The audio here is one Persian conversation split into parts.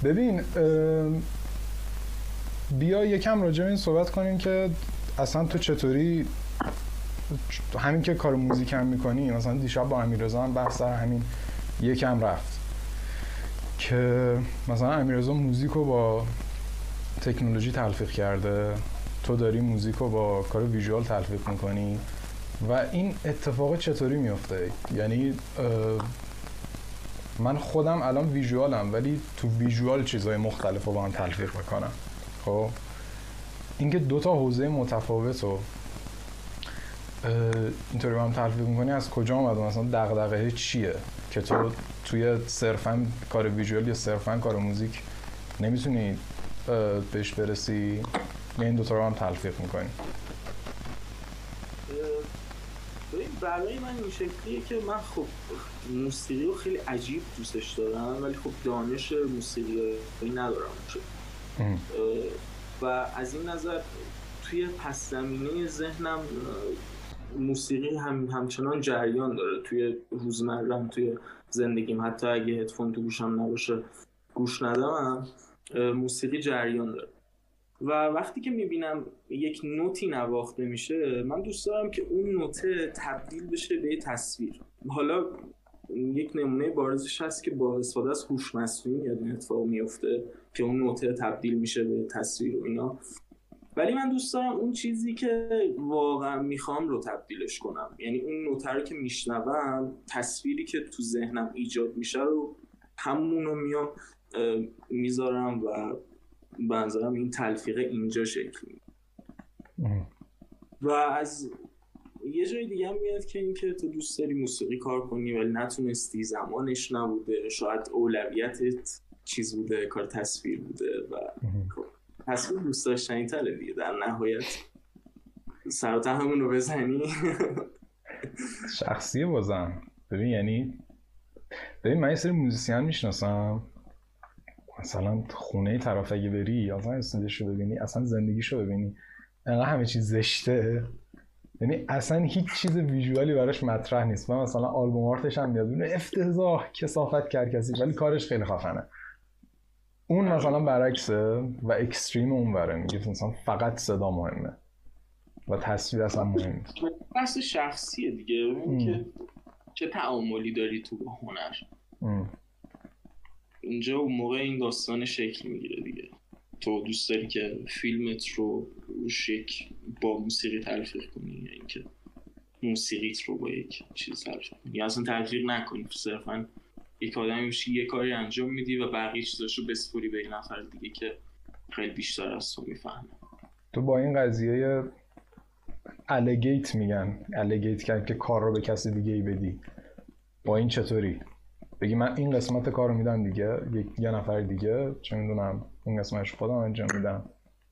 ببین بیا یکم راجع به این صحبت کنیم که اصلا تو چطوری همین که کار موزیک هم میکنی، مثلا دیشب با امیررضا هم بحث سر همین یکم رفت که مثلا امیررضا موزیک رو با تکنولوژی تلفیق کرده، تو داری موزیک رو با کار ویژوال تلفیق میکنی و این اتفاق چطوری میفته؟ یعنی من خودم الان ویژوالم ولی تو ویژوال چیزهای مختلف رو با هم تلفیق میکنم. خب اینکه دوتا حوزه متفاوت رو اینطوری با هم تلفیق میکنی از کجا آمده؟ مثلا دغدغه چیه که تو توی صرفاً کار ویژوال یا صرفاً کار موزیک نمیتونی بهش برسی یا این دوتا رو هم تلفیق میکنی؟ برای من این شکلیه که من خب موسیقی رو خیلی عجیب دوستش دارم ولی خب دانش موسیقی ندارم و از این نظر توی پس زمینه ذهنم موسیقی همچنان جریان داره توی روزمره‌ام، توی زندگیم. حتی اگه هدفون تو گوشم نباشه، گوش ندارم، موسیقی جریان داره و وقتی که میبینم یک نوتی نواخته میشه من دوست دارم که اون نوته تبدیل بشه به تصویر. حالا یک نمونه بارزش هست که با استفاده از هوش مصنوعی میاد این اتفاق میفته که اون نوته تبدیل میشه به تصویر و اینا، ولی من دوست دارم اون چیزی که واقعا میخوام رو تبدیلش کنم. یعنی اون نوته رو که میشنوم، تصویری که تو ذهنم ایجاد میشه رو همونو میام میذارم و بنظرم این تلفیق اینجا شکل میگیره. و از یه جای دیگه هم میاد که اینکه تو دوست داری موسیقی کار کنی ولی نتونستی، زمانش نبوده، شاید اولویتت چیز بوده، کار تصویر بوده و تصویر دوست داشتنی تره دیگه. در نهایت سر و ته همون رو بزنی. شخصیه بازم. ببین من یه سری موزیسین میشناسم، مثلا خونه طرف اگه بری اصلا استودیوشو ببینی، اصلا زندگیشو ببینی، انقدر همه چیز زشته، یعنی اصلا هیچ چیز ویژوالی براش مطرح نیست. من مثلا آلبوم آرتش هم میاد ببینه افتضاح، کثافت کسی، ولی کارش خیلی خفنه. اون مثلا برعکسه و اکستریم اونوره، میگه مثلا فقط صدا مهمه و تصویر اصلا مهم نیست. بحث شخصیه دیگه، اون که چه تعاملی داری تو با هنر. اینجا اون موقع این داستان شکل میگیره دیگه. تو دوست داری که فیلمت رو با موسیقی تلفیق کنی یا اینکه موسیقیت رو با یک چیز تلفیق کنی یا اصلا تلفیق نکنی، صرفا یک آدمی باشی یه کاری انجام میدی و بقیه چیزاشو بسپری به یه نفر دیگه که خیلی بیشتر از تو میفهمه. تو با این قضیه الگیت میگن، الگیت کرد که کار رو به کسی دیگه ای بدی، با این چطوری؟ بگی من این قسمت کار رو میدم دیگه یه نفر دیگه، چه میدونم این قسمتش خودم انجام میدم.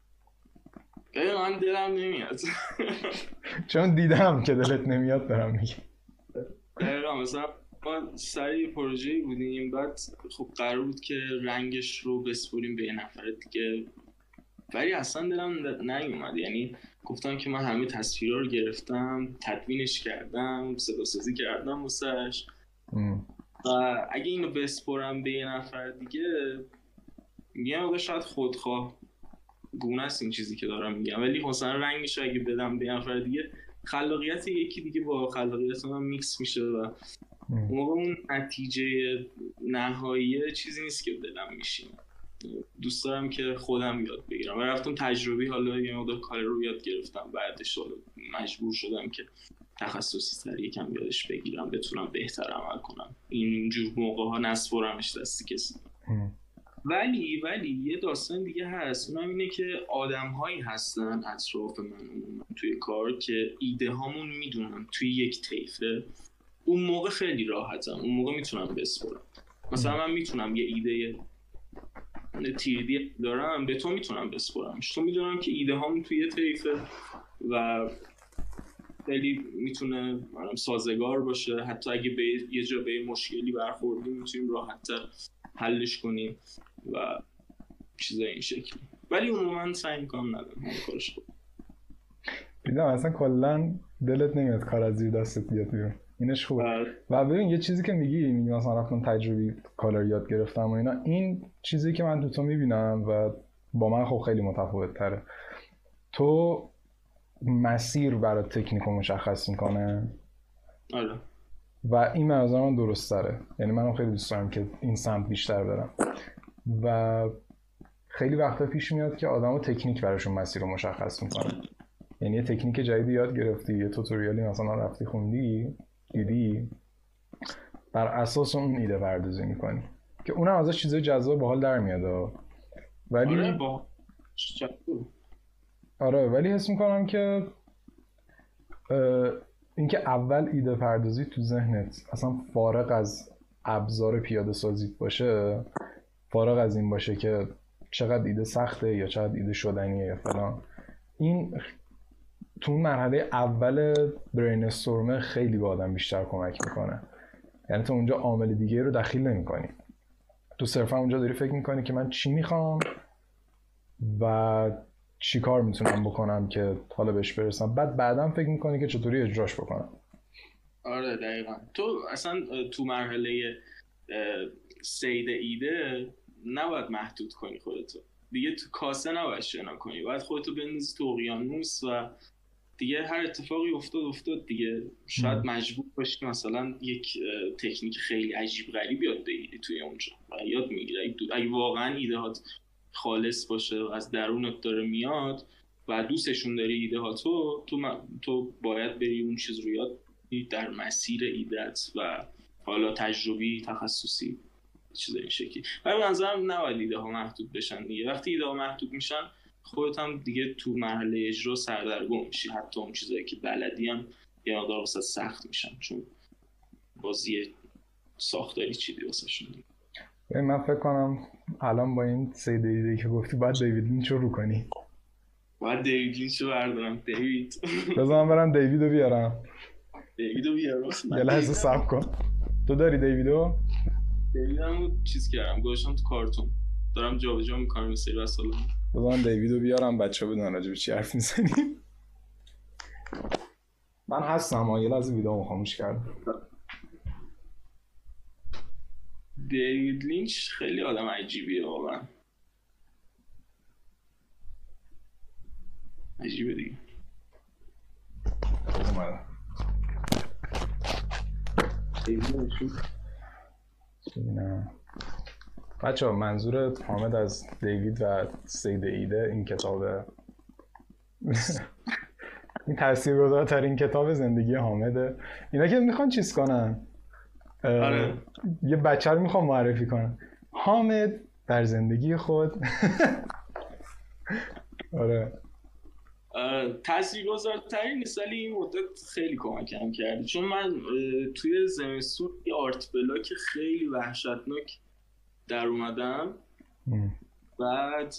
من دلم نمیاد. چون دیدم که دلت نمیاد دارم میگم. دقیقا مثلا ما سری پروژه‌ای بودیم، بعد خب قرار بود که رنگش رو بسپریم به یه نفر دیگه ولی اصلا دلم نیومد. یعنی گفتم که من همه تصویرها رو گرفتم، تدوینش کردم، صداسازی کردم واسش و اگه اینو بسپرم به یه نفر دیگه میگم شاید خودخواه گونه است این چیزی که دارم میگم، ولی مثلا رنگش رو اگه بدم به یه نفر دیگه خلاقیت یکی دیگه با خلاقیت من میکس میشه و اون موقع اون نتیجه نهایی چیزی نیست که دلم میشینه. دوست دارم که خودم یاد بگیرم و رفتم تجربی، حالا یه مقدار کار رو یاد گرفتم، بعدش حالا مجبور شدم که تخصصی تر یکم یادش بگیرم بتونم بهتر عمل کنم. اینجور موقع ها نسپرمش دستی کسی. ولی یه داستان دیگه هست، اونم اینه که آدم‌هایی هستن اطراف من توی کار که ایده هامون میدونن توی یک طیفه، اون موقع خیلی راحتم، اون موقع میتونم بسپرم. مثلا من میتونم یه ایده تیردی دارم به تو میتونم بسپرمش، تو میدونم که ایده هامون توی یه طیفه و خیلی میتونه سازگار باشه، حتی اگه به یه جا به مشکلی برخوردیم میتونیم راحت‌تر حلش کنیم و چیزای این شکلی. ولی عموما سعی میکنم ندارم کارش کنم. دیدم اصلا کلا دلت نمیاد کار از زیر دستت بیاد بیرون. اینش خوب. و ببین یه چیزی که میگی مثلا رفتم تجربی کالر یاد گرفتم و اینا، این چیزی که من تو میبینم و با من خب خیلی متفاوت تره. تو مسیر برای تکنیک رو مشخص میکنه. آره. و این منظر من درست تره، یعنی منم خیلی دوست دارم که این سمت بیشتر برم و خیلی وقتا پیش میاد که آدمو تکنیک براشون مسیر رو مشخص میکنه. یعنی یه تکنیک جدیدی یاد گرفتی، یه توتوریالی مثلا رفتی خوندی دیدی، بر اساس اون ایده پردازی میکنی که اونم ازش چیزای جذاب باحال در میاد. ولی آره ولی حس میکنم که اینکه اول ایده پردازی تو ذهنت اصلا فارغ از ابزار پیاده سازیت باشه، فارغ از این باشه که چقدر ایده سخته یا چقدر ایده شدنیه یا فلان، این تو مرحله اول برین استورم خیلی به آدم بیشتر کمک میکنه. یعنی تو اونجا عامل دیگه رو دخیل نمیکنی، تو صرفا اونجا داری فکر میکنی که من چی میخوام و چی کار میتونم بکنم که حالا بهش برسم، بعدم فکر میکنی که چطوری اجراش بکنم. آره دقیقا. تو اصلا تو مرحله سید ایده نباید محدود کنی خودتو دیگه، تو کاسه نباید شنا کنی، باید خودتو بندازی تو اقیانوس و دیگه هر اتفاقی افتاد دیگه. شاید مجبور باشی مثلا یک تکنیک خیلی عجیب غریب یاد بگیری توی اونجا و یاد میگیری. اگه واقعا ایدهات خالص باشه و از درونت داره میاد و دوستشون داری ایدهاتو، تو باید بری اون چیز رو یاد بگیری در مسیر ایدهت و حالا تجربی تخصصی چیز این شکلی. ولی به نظرم نباید ایده ها محدود بشن دیگه. وقتی ایده ها محدود میشن خودت هم دیگه تو مرحله اجرا سردرگم میشی، حتی اون چیزایی که بلدی هم یه مقدار واسه سخت میشن چون بازی ساختاری چیدی واسه شون. من فکر کنم الان با این سه ایده که گفتی باید دیوید لینچ رو کنی. باید دیوید لینچ رو بردارم. دیوید بذار من برم دیویدو بیارم. دیویدو بیارم. یه لحظه صبر کن. تو داری دیویدو؟ دیویدمو چیز کردم گذاشتم تو کارتون، دارم جابجا میکنم سری وسایل. بذار من دیویدو بیارم بچه‌ها بدونن راجع به چی حرف میزنیم. من هستم یه لحظه ویدیومو خاموش کردم. دیوید لینچ خیلی آدم عجیبیه واقعا. عجیبه دیگه. اومدم. نه بچه ها، منظور حامد از دیوید و سید ایده این کتابه. این تاثیرگذارترین کتاب زندگی حامده. اینا که میخوان چیز کنن آره. یه بچه رو میخوان معرفی کنن، حامد در زندگی خود. آره تاثیرگذارترین سالی این مدت خیلی کمکم کرد، چون من توی زمستون یه آرت بلاک خیلی وحشتناک در اومدم. بعد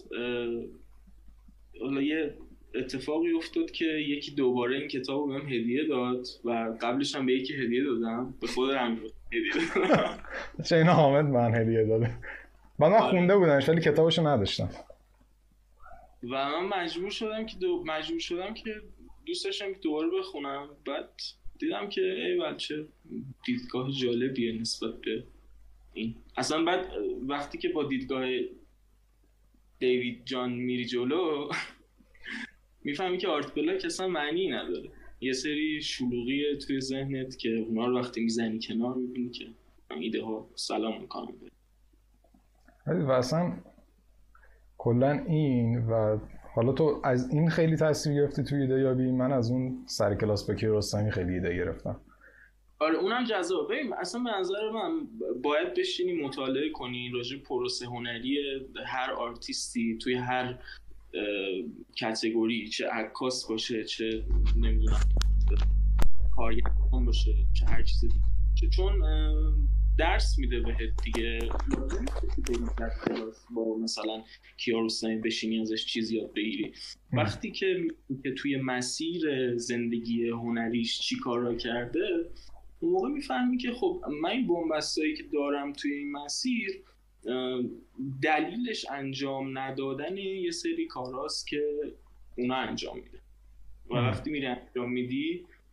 حالا یه اتفاقی افتاد که یکی دوباره این کتاب رو بهم هدیه داد و قبلش هم به یکی هدیه دادم، به خود رنگ هدیه دادم. چه اینا حامد من هدیه داده. من خونده بودمش ولی کتابشو نداشتم و من مجبور شدم که دوست داشتم که دوباره بخونم. بعد دیدم که ای بچه دیدگاه جالبیه نسبت به این. اصلا بعد وقتی که با دیدگاه دیوید جان میری جلو میفهمی که آرت بلاک اصلا معنی نداره. یه سری شلوغیه توی ذهنت که اونا رو وقتی میزنی کنار میبینی که ایده ها سلام میکنم. و اصلا کلن این و حالا تو از این خیلی تاثیر گرفتی توی ایده یابی، من از اون سر کلاس با کیارستمی خیلی ایده گرفتم. آره اونم جذابه. ببین اصلا به نظر من باید بشینی مطالعه کنی راجع به پروسه هنری هر آرتیستی توی هر کاتگوری، چه عکاس باشه، چه نمیدونم کارگردان باشه، چه هر چیز دیگه، چون درس میده بهت دیگه. لازم نیست در کلاس با مثلا کیارستمی بشینی ازش چیز یاد بگیری. وقتی که توی مسیر زندگی هنریش چی کارا کرده، اون موقع میفهمی که خب من این بن‌بستایی که دارم توی این مسیر دلیلش انجام ندادن یه سری کاراست که اونا انجام میده و وقتی میری انجام میدی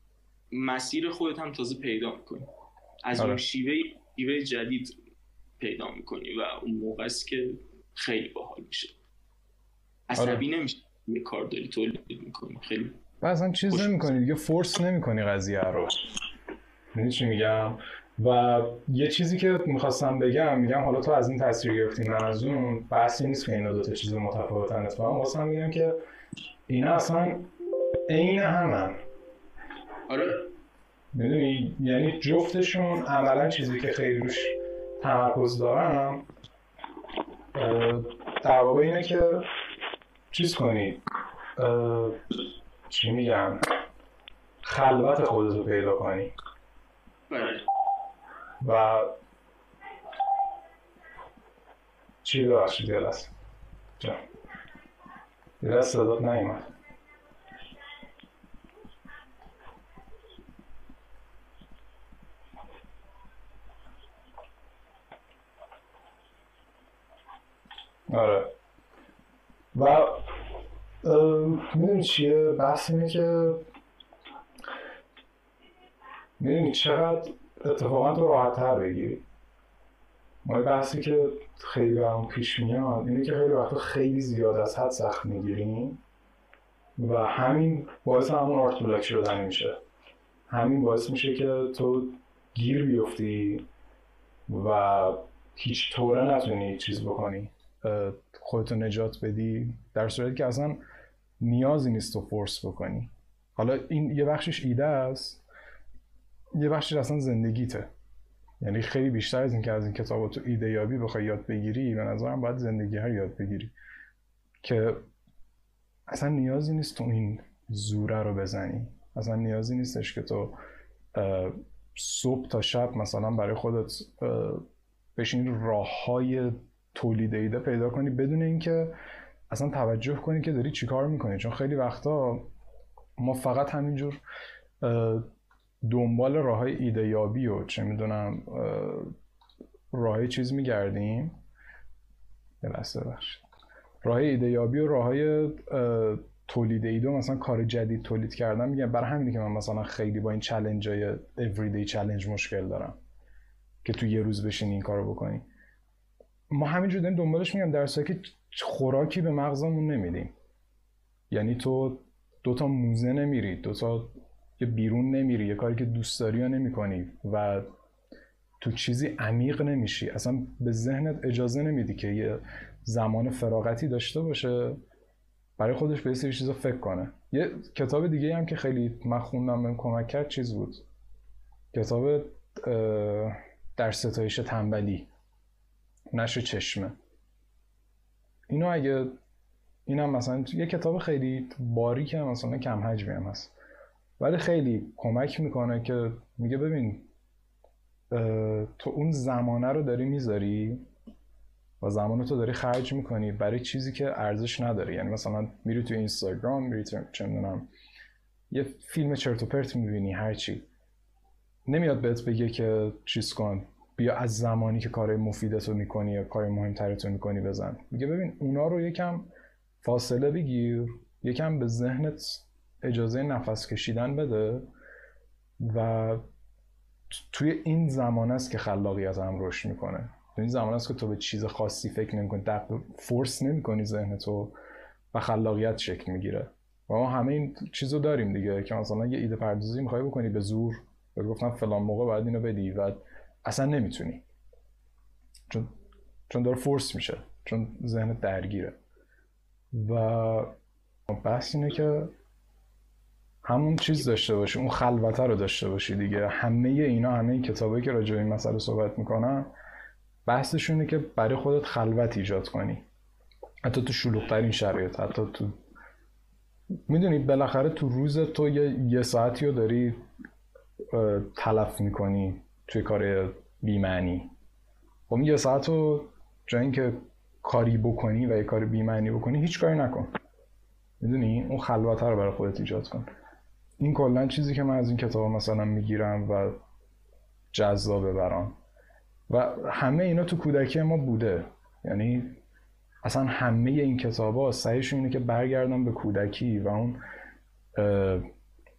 مسیر خودت هم تازه پیدا میکنی، از اون شیوه جدید پیدا میکنی و اون موقع است که خیلی باحال میشه. عصبی نمیشه یه کار داری تولید میکنی، خیلی و اصلا چیز نمیکنی دیگه، فورس نمیکنی قضیه رو. میدونی چی میگم؟ و یه چیزی که میخواستم بگم، میگم حالا تو از این تصویر گرفتی من از اون، بحثی نیست که اینا دوتا چیز متفاوتن اتفاقا. خواستم میگم که اینا اصلا عین همن. آره میدونی، یعنی جفتشون عملا چیزی که خیلی روش تمرکز دارم در واقع اینه که چیز کنی، چی میگم، خلوت خودتو پیدا کنی. و چی داشت دیلست جا دیلست صدات نیمد. آره و میدونی چیه بحث اینه که میدونی چقدر اتفاقا تو راحت تر بگیری. ما بحثی که خیلی برام پیش میاد اینه که خیلی وقتا خیلی زیاد از حد سخت میگیریم و همین باعث همون آرت بلاک شدن میشه. همین باعث میشه که تو گیر بیفتی و هیچ طوره نتونی چیز بکنی، خودتو نجات بدی، در صورتی که اصلا نیازی نیست تو فورس بکنی. حالا این یه بخشش ایده است، یه بخشش اصلا زندگیته. یعنی خیلی بیشتر از این که از این کتابا تو ایده یابی بخوای یاد بگیری، به نظرم باید زندگی ها یاد بگیری که اصلا نیازی نیست تو این زوره رو بزنی. اصلا نیازی نیستش که تو صبح تا شب مثلا برای خودت بشین راه‌های تولید ایده پیدا کنی بدون اینکه اصلا توجه کنی که داری چی کار میکنی. چون خیلی وقتا ما فقط همینجور دنبال راه‌های ایده یابی و چه میدونم راه‌های چیز میگردیم، راه‌های ایده یابی و راه‌های تولید ایده، مثلا کار جدید تولید کردن. میگم برای همینه که من مثلا خیلی با این چالنج‌های everyday چالنج مشکل دارم که تو یه روز بشینی این کارو بکنی. ما همینجور داریم دنبالش، میگم در صورتی که خوراکی به مغزمون نمیدیم. یعنی تو دوتا موزه نمیری، دوتا یه بیرون نمیری، یه کاری که دوست داری رو نمی‌کنی و تو چیزی عمیق نمیشی. اصلا به ذهنت اجازه نمیدی که یه زمان فراغتی داشته باشه برای خودش به یه سری چیزا فکر کنه. یه کتاب دیگه هم که خیلی من خوندم بهم کمک کرد چیز بود، کتاب در ستایش تنبلی، نشر چشمه. اینو اگه اینم مثلا یه کتاب خیلی باریکه، مثلا کم حجمی هم هست ولی خیلی کمک میکنه که میگه ببین تو اون زمانه رو داری میذاری و زمانتو داری خرج میکنی برای چیزی که ارزش نداره. یعنی مثلا میری تو اینستاگرام، میری تو چه میدونم یه فیلم چرت و پرت میبینی، هرچی، نمیاد بهت بگه که چیز کن، بیا از زمانی که کار مفیدتو میکنی یا کار مهمترتو میکنی بزن. میگه ببین اونا رو یکم فاصله بگیر، یکم به ذهنت اجازه نفس کشیدن بده و توی این زمان است که خلاقیت هم رشد میکنه. توی این زمان است که تو به چیز خاصی فکر نمیکنی، فورس نمیکنی ذهنتو و خلاقیت شکل میگیره. و ما همه این چیزو داریم دیگه که مثلا یه ایده پردازی میخوای بکنی به زور، بهت گفتم فلان موقع باید اینو بدی و اصلا نمیتونی، چون داره فورس میشه، چون ذهنت درگیره. و بحث اینه که همون چیز داشته باشی، اون خلوته رو داشته باشی دیگه. همه اینا، همه این کتابایی که راجع به این مسئله صحبت میکنن بحثشونه که برای خودت خلوت ایجاد کنی، حتی تو شلوغ‌ترین شرایط، حتی تو میدونی بالاخره تو روز تو یه ساعتی رو داری تلف میکنی توی کار بی‌معنی. خب یه ساعت رو جای اینکه کاری بکنی و یه کار بی‌معنی بکنی هیچ کاری نکن. میدونی اون خلوته رو برای خودت ایجاد کن. این کلا چیزی که من از این کتاب مثلا میگیرم و جذابه برام. و همه اینا تو کودکی ما بوده. یعنی اصلا همه این کتابا سعیشون اینه که برگردن به کودکی و اون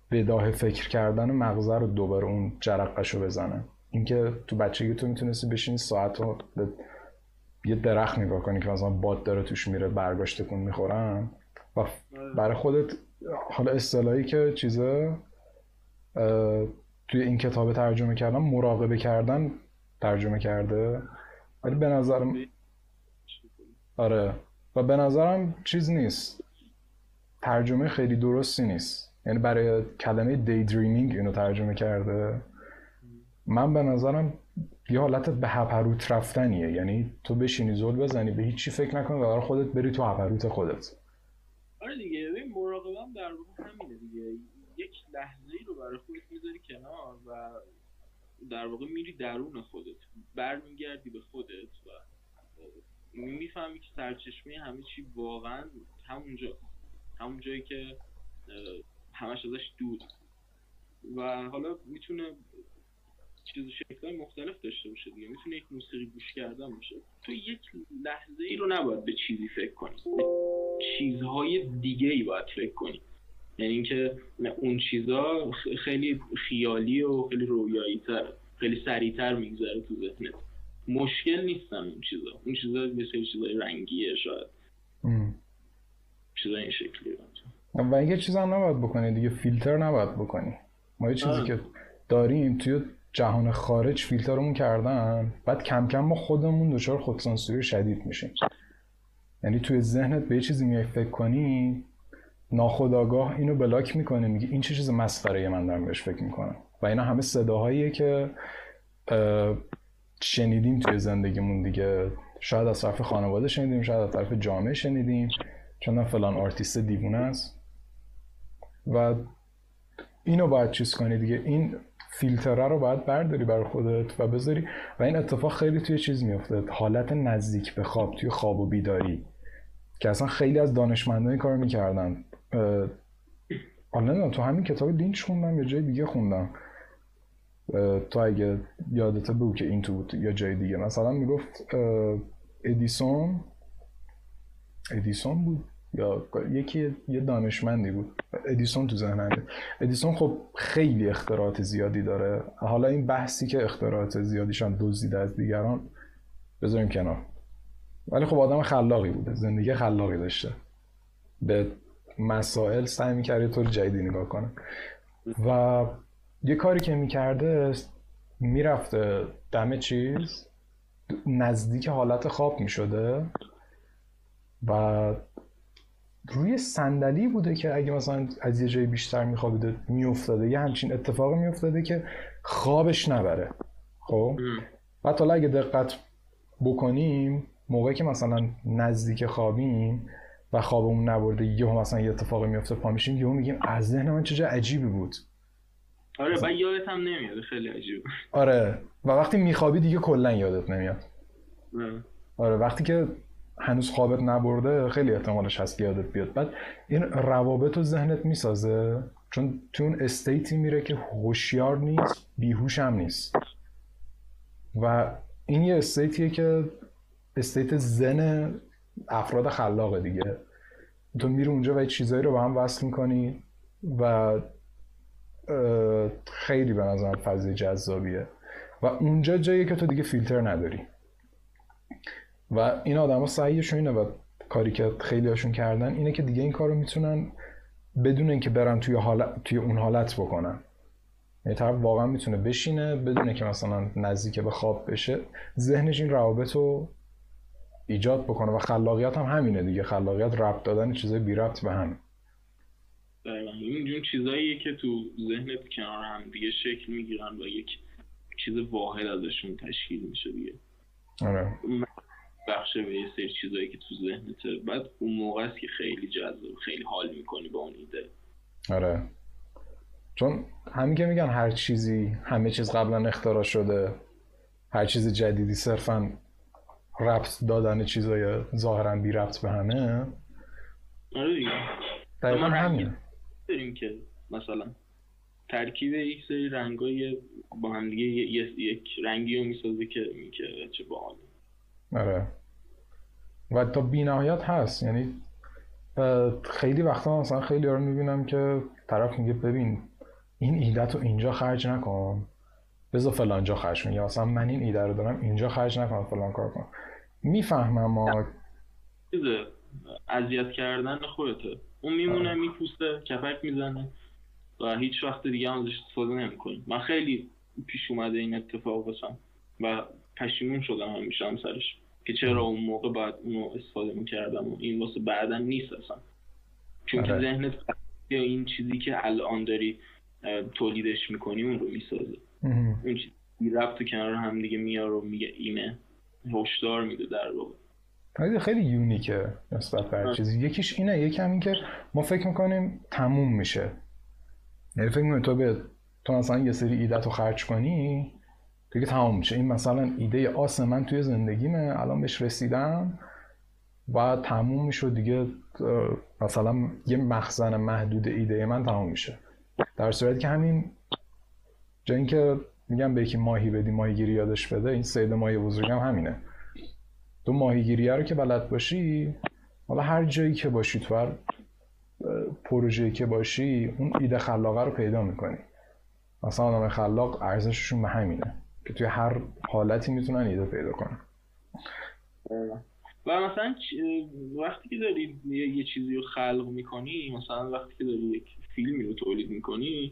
بداهه فکر کردن مغزه رو دوباره اون جرقه‌شو بزنه. اینکه تو بچگی تو میتونستی بشینی ساعت‌ها به یه درخت نگاه کنی که مثلا باد داره توش میره، برگاش تکون میخورن و برای خودت حالا اصطلاحی که چیزه توی این کتاب ترجمه کردن مراقبه کردن ترجمه کرده، ولی به نظرم آره و به نظرم چیز نیست، ترجمه خیلی درستی نیست. یعنی برای کلمه دی دریمینگ اینو ترجمه کرده. من به نظرم یه حالت به هپروت رفتنیه، یعنی تو بشینی زل بزنی به هیچی فکر نکنی و برای خودت بری تو هپروت خودت. آره دیگه، ببین مراقبه هم در واقع همینه دیگه، یک لحظه‌ای رو برای خودت میذاری کنار و در واقع میری درون خودت، برمیگردی به خودت و میفهمی که سرچشمه همه چی واقعا همون جایی که همش ازش دور و حالا میتونه چیز شکل‌های مختلف داشته باشه دیگه. میتونه یک موسیقی گوش کردن باشه، تو یک لحظه ای رو نباید به چیزی فکر کنی، به چیزهای دیگه ای باید فکر کنی. یعنی اینکه اون چیزا خیلی خیالی و خیلی رویایی تر، خیلی سریعتر میگذره تو ذهنت. مشکل نیستن اون چیزا یه سری چیزای رنگیه، شاید چیزای این شکلی و اینکه چیزا هم نباید بکنی دیگه، فیلتر نباید بکنی. ما یه چیزی که داریم توی جهان خارج فیلترمون کردن، بعد کم کم ما خودمون دچار خودسانسوری شدید میشیم. یعنی توی ذهنت به یه چیزی میای فکر کنی، ناخودآگاه اینو بلاک میکنه، میگه این چه چیز مسخره‌ای من دارم بهش فکر میکنم. و اینا همه صداهاییه که شنیدیم توی زندگیمون دیگه، شاید از طرف خانواده شنیدیم، شاید از طرف جامعه شنیدیم، چون فلان آرتیست دیوونه است و اینو باید چیز کنی دیگه. این فیلتره رو باید برداری برای خودت و بذاری. و این اتفاق خیلی توی چیز میفته، حالت نزدیک به خواب، توی خواب و بیداری، که اصلا خیلی از دانشمندان این کارو میکردن. حالا نمیدونم تو همین کتاب لینچ خوندم یا جای دیگه خوندم، تو اگه یادت بگو که این تو بود یا جای دیگه. مثلا میگفت ادیسون بود یا یه دانشمندی بود، ادیسون تو ذهنم. ادیسون خب خیلی اختراعات زیادی داره، حالا این بحثی که اختراعات زیادیش هم دزدیده از دیگران بذاریم کنار، ولی خب آدم خلاقی بوده، زندگی خلاقی داشته، به مسائل سعی می‌کرد یه طور جدیدی نگاه کنه و یه کاری که می‌کرده میرفته دم چیز نزدیک حالت خواب می‌شده و روی صندلی بوده که اگه مثلا از یه جایی بیشتر میخوابیده میافتاده، یه همچین اتفاقی میافتاده که خوابش نبره. خب بعد حالا اگه دقت بکنیم موقعی که مثلا نزدیک خوابیم و خوابمون نبرده، یهو مثلا یه اتفاقی میفته پا میشیم، یهو میگیم از ذهن من چه عجیبی بود. آره بعد یادت هم نمیاد، خیلی عجیبه. آره و وقتی میخوابی دیگه کلا یادت نمیاد. آره وقتی که هنوز خوابت نبرده خیلی احتمالش هست که یادت بیاد. بعد این روابط رو ذهنت میسازه، چون تو اون استیتی میره که هوشیار نیست، بیهوش هم نیست و این یه استیتیه که استیت زن افراد خلاقه دیگه. تو میری اونجا و چیزایی رو با هم وصل میکنی و خیلی به نظرم فضای جذابیه و اونجا جاییه که تو دیگه فیلتر نداری و این آدم ها سعیشون اینه و کاری که خیلی هاشون کردن اینه که دیگه این کار رو میتونن بدون اینکه برن توی اون حالت بکنن. یعنی طرف واقعا میتونه بشینه بدون که مثلا نزدیک به خواب بشه، ذهنش این روابط رو ایجاد بکنه و خلاقیت هم همینه دیگه. خلاقیت ربط دادن چیزای بی ربط به هم. دقیقا این چیزاییه که تو ذهنت کنار هم دیگه شکل میگیرن و یک چیز واحد ازشون تشکیل میشه دیگه. آره بخشه به یه سری چیزایی که تو ذهنته، بعد اون موقع است که خیلی جذاب، خیلی حال میکنی با اون ایده. آره چون همین که میگن هر چیزی، همه چیز قبلا اختراع شده، هر چیز جدیدی صرفا ربط دادن چیزای ظاهرا بی ربط به همه. آره دیگه دقیقا همینه. داریم که مثلا ترکیب یک سری رنگای با هم دیگه یک رنگی رو میسازه که چه باحال. آره و تا بی‌نهایت هست. یعنی خیلی وقتا مثلا خیلی ها رو میبینم که طرف میگه ببین این ایده رو اینجا خرج نکن، بذار فلان جا خرج کن، یا مثلا من این ایده رو دارم اینجا خرج نکنم فلان کار کن. میفهمم ما چیزه اذیت کردن خودته، اون میمونه میپوسته کپک میزنه و هیچ وقت دیگه ازش استفاده نمیکنی. من خیلی پیش اومده این اتفاق واسم و پشیمون شدم همیشه هم سرش که چرا اون موقع باید اونو استفاده میکردم و این واسه بعدا نیست اصلا، چون که ذهنت یا این چیزی که الان داری تولیدش میکنی اون رو میسازه. اون چیزی ربط کنار هم دیگه میاره و میگه اینه، هشدار میده در واقع. خیلی یونیکه نسبت به چیزی. یکیش اینه، یکم این که ما فکر میکنیم تموم میشه، یعنی فکر میکنیم تو مثلا یه سری ایده تو خرج کنی دیگه تموم میشه. این مثلا ایده آس من توی زندگیمه، الان بهش رسیدم و تموم میشه دیگه، مثلا یه مخزن محدود ایده من تموم میشه. در صورتی که همین جا این که میگم به یکی ماهی بدی ماهیگیری یادش بده، این صید ماهی بزرگ هم همینه. تو ماهیگیریه رو که بلد باشی، حالا هر جایی که باشی، تو هر پروژه‌ای که باشی، اون ایده خلاقه رو پیدا میکنی. مثلا آدم خلاق ارزششون به همینه که توی هر حالتی میتونن ایده پیدا کنن. و مثلا وقتی که داری یه چیزی رو خلق میکنی، مثلا وقتی که داری یک فیلمی رو تولید میکنی،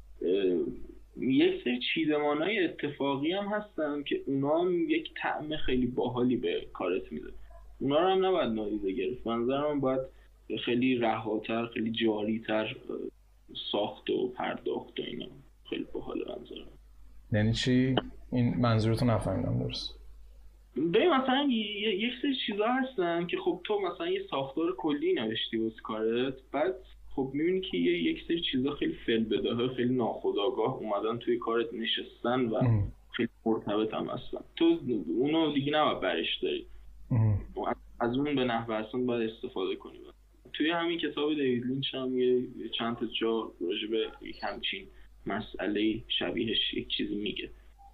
یک سری چیدمانای اتفاقی هم هستن که اونا هم یک طعم خیلی باحالی به کارت میده. اونا رو هم نباید نادیده گرفت. منظرم باید خیلی رهاتر، خیلی جاریتر ساخت و پرداخت و اینا. خیلی باحاله منظرم. یعنی چی؟ این منظورتو نفهمیدم درست. ببین مثلا یک سری چیزا هستن که خب تو مثلا یه ساختار کلی نوشتی واسه کارت، بعد خب میبینی که یک سری چیزا خیلی فعل‌بداهه، خیلی ناخودآگاه اومدن توی کارت نشستن و خیلی مرتبط هم هستن. تو اونو دیگه نباید برش داری، از اون به نحو اصلا باید استفاده کنی. توی همین کتاب دیوید لینچ هم یه چند تا جا راجع به همچین مسئله شبیهش یک چیزی میگه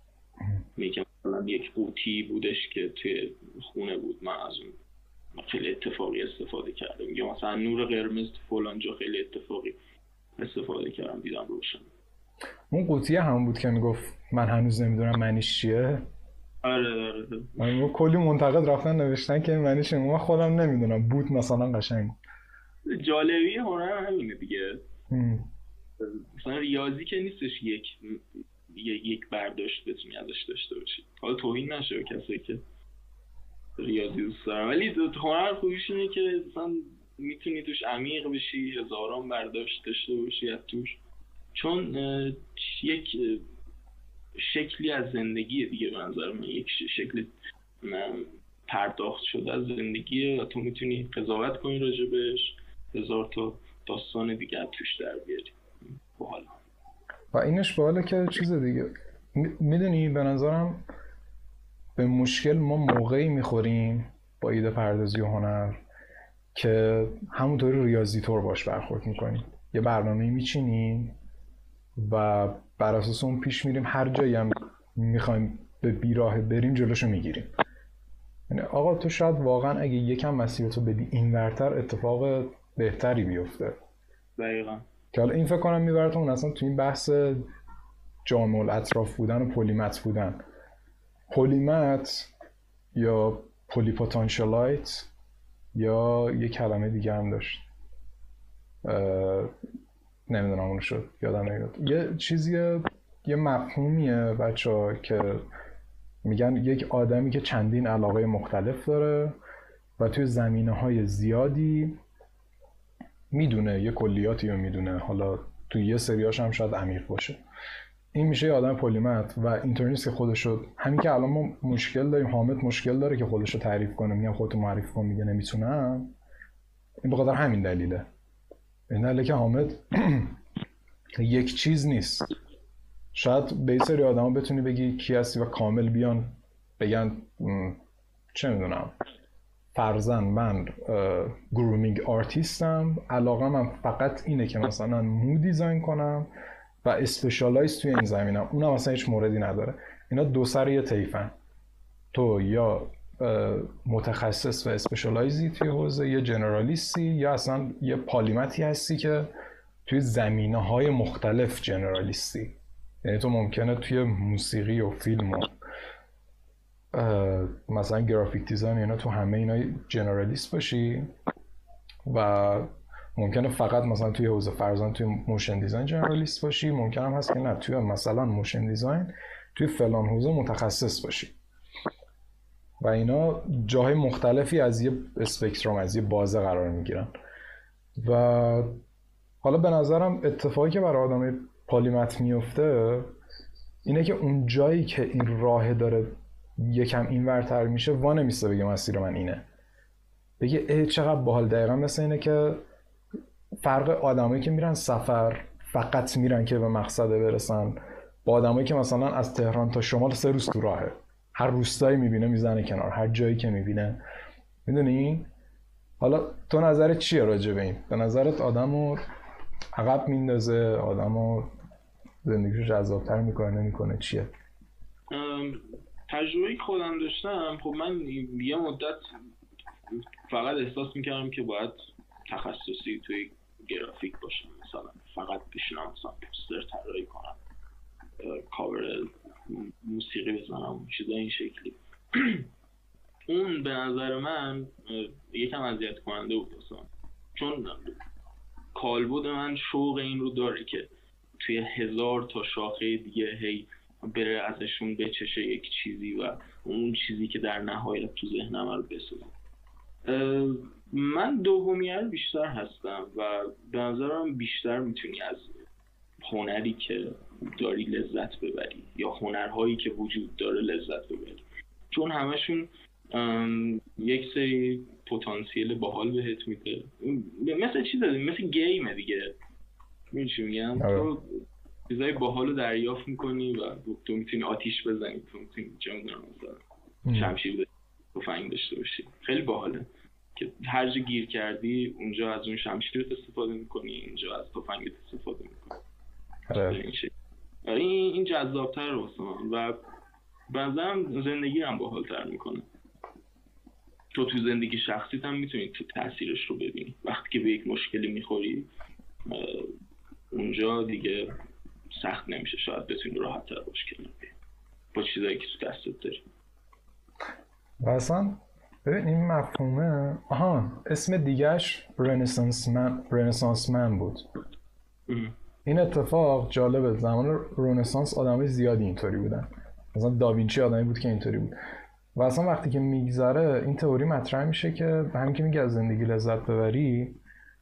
مثلا یک قوطی بودش که توی خونه بود، من از اون خیلی اتفاقی استفاده کردم، یا مثلا نور قرمز تو فلان جا خیلی اتفاقی استفاده کردم دیدم روشن. اون قوطی هم بود که میگفت من هنوز نمیدونم معنیش چیه. آره من کلی منتقد رفتن نوشتن که معنیش چیه، من خودم نمیدونم. بود مثلا قشنگ. جالبی هنر همینه دیگه. مثلا ریاضی که نیستش یک برداشت بتونی ازش داشته باشی. حالا توهین نشه به کسایی که ریاضی دوست دارن، ولی هنر خوبیش اینه که مثلا میتونی توش عمیق بشی، هزاران برداشت داشته باشی از توش، چون یک شکلی از زندگی دیگه به نظر من، یک شکل پرداخت شده از زندگیه و تو میتونی قضاوت کنی راجبش، هزار تا داستان دیگه از توش در بیاری. باحال. و اینش باحاله که چیز دیگه میدونی، به نظرم به مشکل ما موقعی میخوریم با ایده پردازی و هنر که همونطوری ریاضی طور باش برخورد میکنیم. یه برنامه میچینیم و بر اساس اون پیش میریم، هر جایی هم میخوایم به بیراه بریم جلوشو میگیریم. یعنی آقا تو شاید واقعا اگه یکم مسیرتو بدی اینورتر اتفاق بهتری بیفته. دقیقاً. که حالا این فکر کنم میبرتون اصلا تو این بحث جامع الاطراف بودن و پلیمت بودن. پلیمت یا پلیپوتانشالایت یا یه کلمه دیگه هم داشت، نمیدونم اونو شد یادم نمیاد. یه چیزیه، یه مفهومیه بچه‌ها که میگن یک آدمی که چندین علاقه مختلف داره و توی زمینه‌های زیادی میدونه، یه کلیاتی رو میدونه، حالا توی یه سریاش هم شاید عمیق باشه. این میشه یه آدم پلیمت. و اینطوری نیست که خودشو، همین که الان ما مشکل داریم، حامد مشکل داره که خودشو تعریف کنه، میگم خودتو معرفی کن، میگه نمیتونم. این به خاطر همین دلیله. این دلیله که حامد یک چیز نیست. شاید به این سری آدم ها بتونی بگی کی هستی و کامل بیان بگن چه میدونم فرضاً من گرومینگ آرتیستم، علاقه من فقط اینه که مثلا مو دیزاین کنم و اسپشیالایز توی این زمینم. اونم مثلا هیچ موردی نداره. اینا دو سر یه طیفن. تو یا متخصص و اسپشیالایزی توی حوزه، یا جنرالیستی، یا اصلا یه پالیمتی هستی که توی زمینه‌های مختلف جنرالیستی. یعنی تو ممکنه توی موسیقی و فیلم و مثلا گرافیک دیزاین اینا تو همه اینا جنرالیست باشی و ممکنه فقط مثلا توی حوزه فرضاً توی موشن دیزاین جنرالیست باشی، ممکن هم هست که نه توی مثلا موشن دیزاین توی فلان حوزه متخصص باشی و اینا جاهای مختلفی از یه اسپکتروم، از یه بازه قرار میگیرن. و حالا به نظرم اتفاقی که برای آدم پالیمت میفته اینه که اون جایی که این راه داره یکم این ورتر میشه وانمیسته بگه مسیر من اینه، بگه ای چقدر باحال. دقیقا مثل اینه که فرق آدمایی که میرن سفر فقط میرن که به مقصد برسن با آدمایی که مثلا از تهران تا شمال 3 روز تو راهه، هر روستایی میبینه میزنه کنار، هر جایی که میبینه. میدونی؟ حالا تو نظرت چیه راجع به این؟ به نظرت آدمو عقب میندازه، آدمو زندگیشو جذابتر میکنه، نمیکنه، چیه؟ تجربه‌ای که خودم داشتم، خب من یه مدت فقط احساس میکردم که باید تخصصی توی گرافیک باشم، مثلا فقط بشینم مثلا پوستر طراحی کنم، کاور موسیقی بزنم، چیزای این شکلی. اون به نظر من یکم اذیت کننده بود اصلا، چون کالبد من شوق این رو داره که توی 1000 تا شاخه دیگه هی بره ازشون بچشه یک چیزی و اون چیزی که در نهایت تو ذهنم رو بسازه. من دومیه بیشتر هستم و به نظرم بیشتر میتونی از هنری که داری لذت ببری یا هنرهایی که وجود داره لذت ببری، چون همشون یک سری پتانسیل باحال بهت میده. مثل چیز داره، مثل گیمه دیگه. میگم تو چیزای باحال رو دریافت میکنی و تو میتونی آتیش بزنی، تو میتونی شمشیر بزنی، تفنگ داشته باشی. خیلی باحاله که هر جا گیر کردی اونجا از اون شمشیرت استفاده میکنی، اینجا از تفنگت استفاده میکنی. این جذاب‌تر واسه من و بعضا زندگی هم باحال‌تر میکنه. تو زندگی شخصیت هم میتونی تو تاثیرش رو ببینی. وقتی که به یک مشکلی میخوری اونجا دیگه سخت نمیشه، شاید بتونی راحت‌تر باش کنار با چیزایی که تو دستت داری. و اصلا ببین این مفهومه اسم دیگهش رنسانس من بود. این اتفاق جالبه، زمان رنسانس آدمای زیادی اینطوری بودن، مثلا داوینچی آدمی بود که اینطوری بود. و اصلا وقتی که میگذره این تئوری مطرح میشه که همین که میگه از زندگی لذت ببری،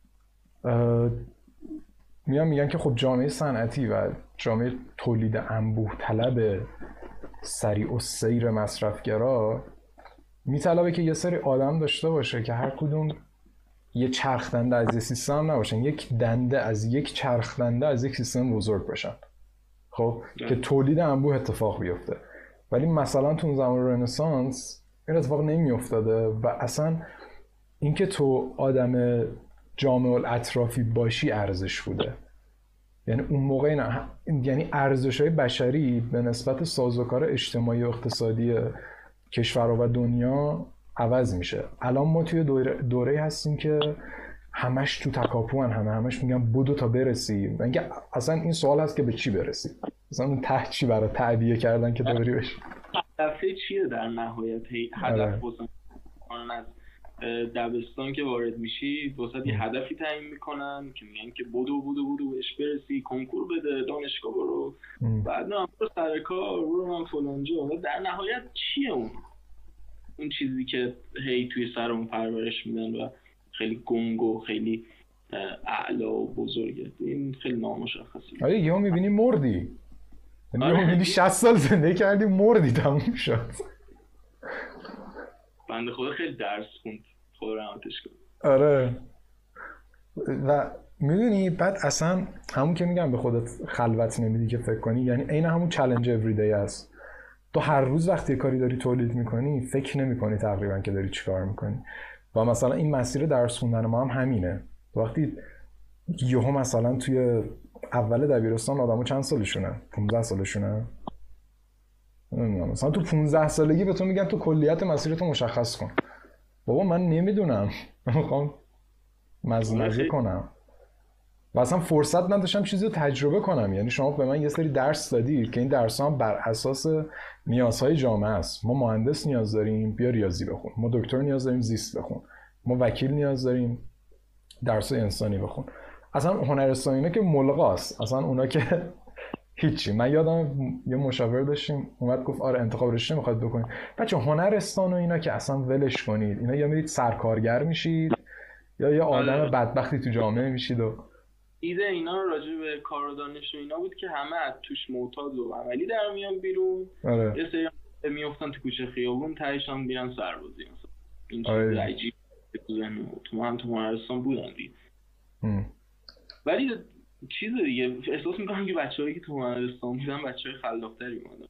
میگن که خب جامعه صنعتی و جامعه تولید انبوه طلب سریع و سیر مصرفگرا میطلبه که یه سری آدم داشته باشه که هر کدوم یه چرخ دنده از یه سیستم نباشن، یک دنده از یک چرخ دنده از یک سیستم بزرگ باشن، خب که تولید انبوه اتفاق بیفته. ولی مثلا تو زمان رنسانس این اتفاق نمی افتاده و اصلا اینکه تو آدم جامع الاطرافی باشی ارزش بوده. یعنی اون موقع یعنی ارزش‌های بشری به نسبت سازوکار اجتماعی و اقتصادی کشورها و دنیا عوض میشه. الان ما توی دوره هستیم که همش تو تکاپوان، همش میگن بدو تا برسی و اینکه اصلا این سوال هست که به چی برسی، اصلا اون ته چی برای تعبیه کردن که داری بشی، هدف چیه در نهایت؟ هدف واسه از دبستان که وارد میشی واسه یه هدفی تعیین میکنن که میگن که بدو بهش برسی، کنکور بده، دانشگاه برو، بعد نه برو سر کار، برو من فلانجا. در نهایت چیه اون چیزی که هی توی سرمون پرورش میدن و خیلی گنگ و خیلی اعلا و بزرگه؟ این خیلی نامشخصی. آره یهو میبینی مردی، یهو میبینی 60 سال زندگی کردی مردی، تموم شد. بنده خدا خیلی درس خوند، خدا رحمتش کنه. آره و میدونی بعد اصلا همون که میگم به خودت خلوت نمیدی که فکر کنی، یعنی عین همون چالش اوریدی است. تو هر روز وقتی کاری داری تولید میکنی فکر نمیکنی تقریبا که داری چیکار میکنی. و مثلا این مسیر درس خوندن ما هم همینه. وقتی یهو مثلا توی اول دبیرستان آدمو چند سالشونه؟ 15 سالشونه؟ نمیدونم، مثلا تو 15 سالگی به تو میگن تو کلیت مسیرتو مشخص کن. بابا من نمیدونم، من میخوام مزمزه کنم. و اصلا فرصت نداشتم چیزی رو تجربه کنم. یعنی شما به من یه سری درس دادید که این درس هم بر اساس نیازهای جامعه است. ما مهندس نیاز داریم، بیا ریاضی بخون. ما دکتر نیاز داریم، زیست بخون. ما وکیل نیاز داریم، درس انسانی بخون. اصلا هنرستان اینا که ملغاست، اصلا اونا که هیچی. من یادم یه مشاور داشتیم اومد گفت آره انتخاب رشته میخواد بکنید بچه هنرستان و اینا که اصلا ولش کنید، اینا یا میرید سرکارگر میشید یا یه آدم بدبختی تو جامعه میشید. و ایده اینا راجع به کار و دانش و اینا بود که همه از توش معتاد و عملی در میان بیرون. آره. یه سری میافتن تو کوچه خیابون، تهش هم میرن سربازی مثلا. این چیز عجیب تو ذهن تو هم تو هنرستان بودن دیگه. ولی چیز دیگه احساس میکنم که بچه‌هایی که تو هنرستان بودن بچه‌های خلاق‌تری بودن.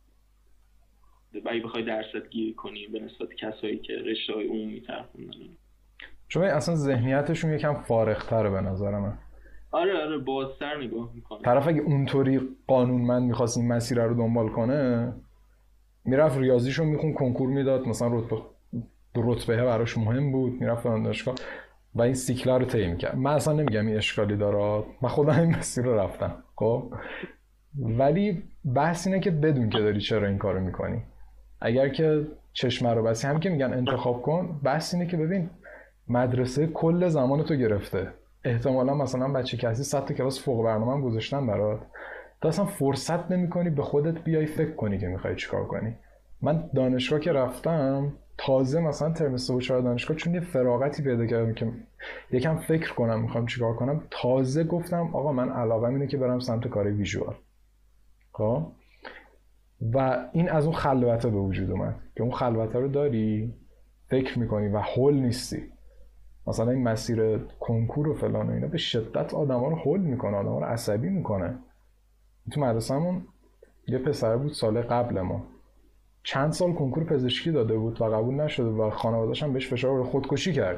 اگه بخوای درست گیر کنی به نسبت کسایی که رشته‌های عمومی تر خوندن. چون اصلا ذهنیتشون یکم فارغ‌تره به نظر من. آره بازتر نگاه میکنه. طرف اگه اونطوری قانونمند میخواست این مسیر رو دنبال کنه میرفت ریاضیشو میخون، کنکور میداد، مثلا رتبه براش مهم بود، میرفت دانشگاه و این سیکلا رو طی میکرد. من اصلا نمیگم این اشکالی داره، من خودم این مسیر رو رفتم خب، ولی بحث اینه که بدون که داری چرا این کارو میکنی. اگر که چشم رو بسی، هم که میگن انتخاب کن، بحث اینه که ببین مدرسه کل زمان تو گرفته، احتمالا مثلا بچه کسی 100 تا کلاس فوق برنامه هم گذاشتن برات، تو اصلا فرصت نمی‌کنی به خودت بیای فکر کنی که می‌خوای چیکار کنی. من دانشگاه که رفتم تازه مثلا ترم 3 و 4 دانشگاه چون یه فراغتی پیدا کردم که یکم فکر کنم می‌خوام چیکار کنم، تازه گفتم آقا من علاقه‌م اینه که برم سمت کار ویژوال. خب و این از اون خلوته به وجود اومد که اون خلوته رو داری، فکر می‌کنی و هول نیستی. مثلا این مسیر کنکور و فلان و اینا به شدت آدما رو هول میکنه، آدما رو عصبی میکنه. تو مدرسه‌مون یه پسر بود سال قبل ما چند سال کنکور پزشکی داده بود و قبول نشده و خانواده‌اش هم بهش فشار آورد، خودکشی کرد.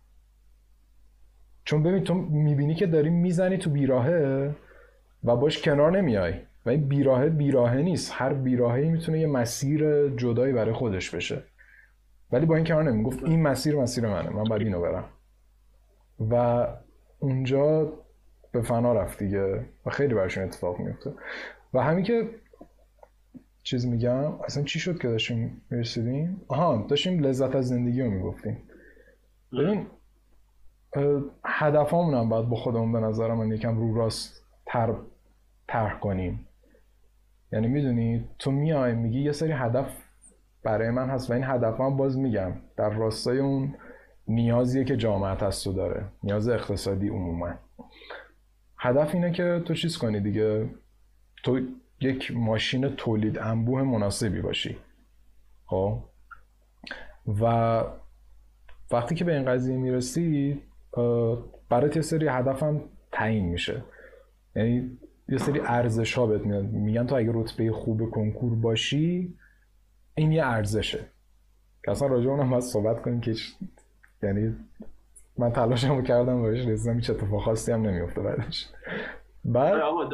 چون ببین تو میبینی که داری میزنی تو بیراهه و باش کنار نمیای و این بیراهه نیست، هر بیراهه‌ای میتونه یه مسیر جدایی برای خودش بشه، ولی با این کنار نمی گفت این مسیر منه، من باید اینو برم و اونجا به فنا رفت دیگه و خیلی براشون اتفاق میفته. و همین که چیز میگم اصلا چی شد که داشتیم میرسیدیم؟ داشتیم لذت از زندگی رو میگفتیم. ببین هدفامون هم باید با خودمون به نظر من یکم رو راست طرح کنیم. یعنی میدونی تو میای میگی یه سری هدف برای من هست و این هدف من باز میگم در راستای اون نیازیه که جامعه از تو داره، نیاز اقتصادی عموما. هدف اینه که تو چیز کنی دیگه، تو یک ماشین تولید انبوه مناسبی باشی. خب و وقتی که به این قضیه میرسی برات یه سری هدف هم تعیین میشه، یعنی یه سری ارزش ها بهت میاد، میگن تو اگه رتبه خوب کنکور باشی این یه ارزشه که اصلا راجع اونم باید صحبت کنیم که یعنی من تلاشمو کردم بهش رسیدم، هیچ اتفاق خاصی هم نمیفته بعدش. بعد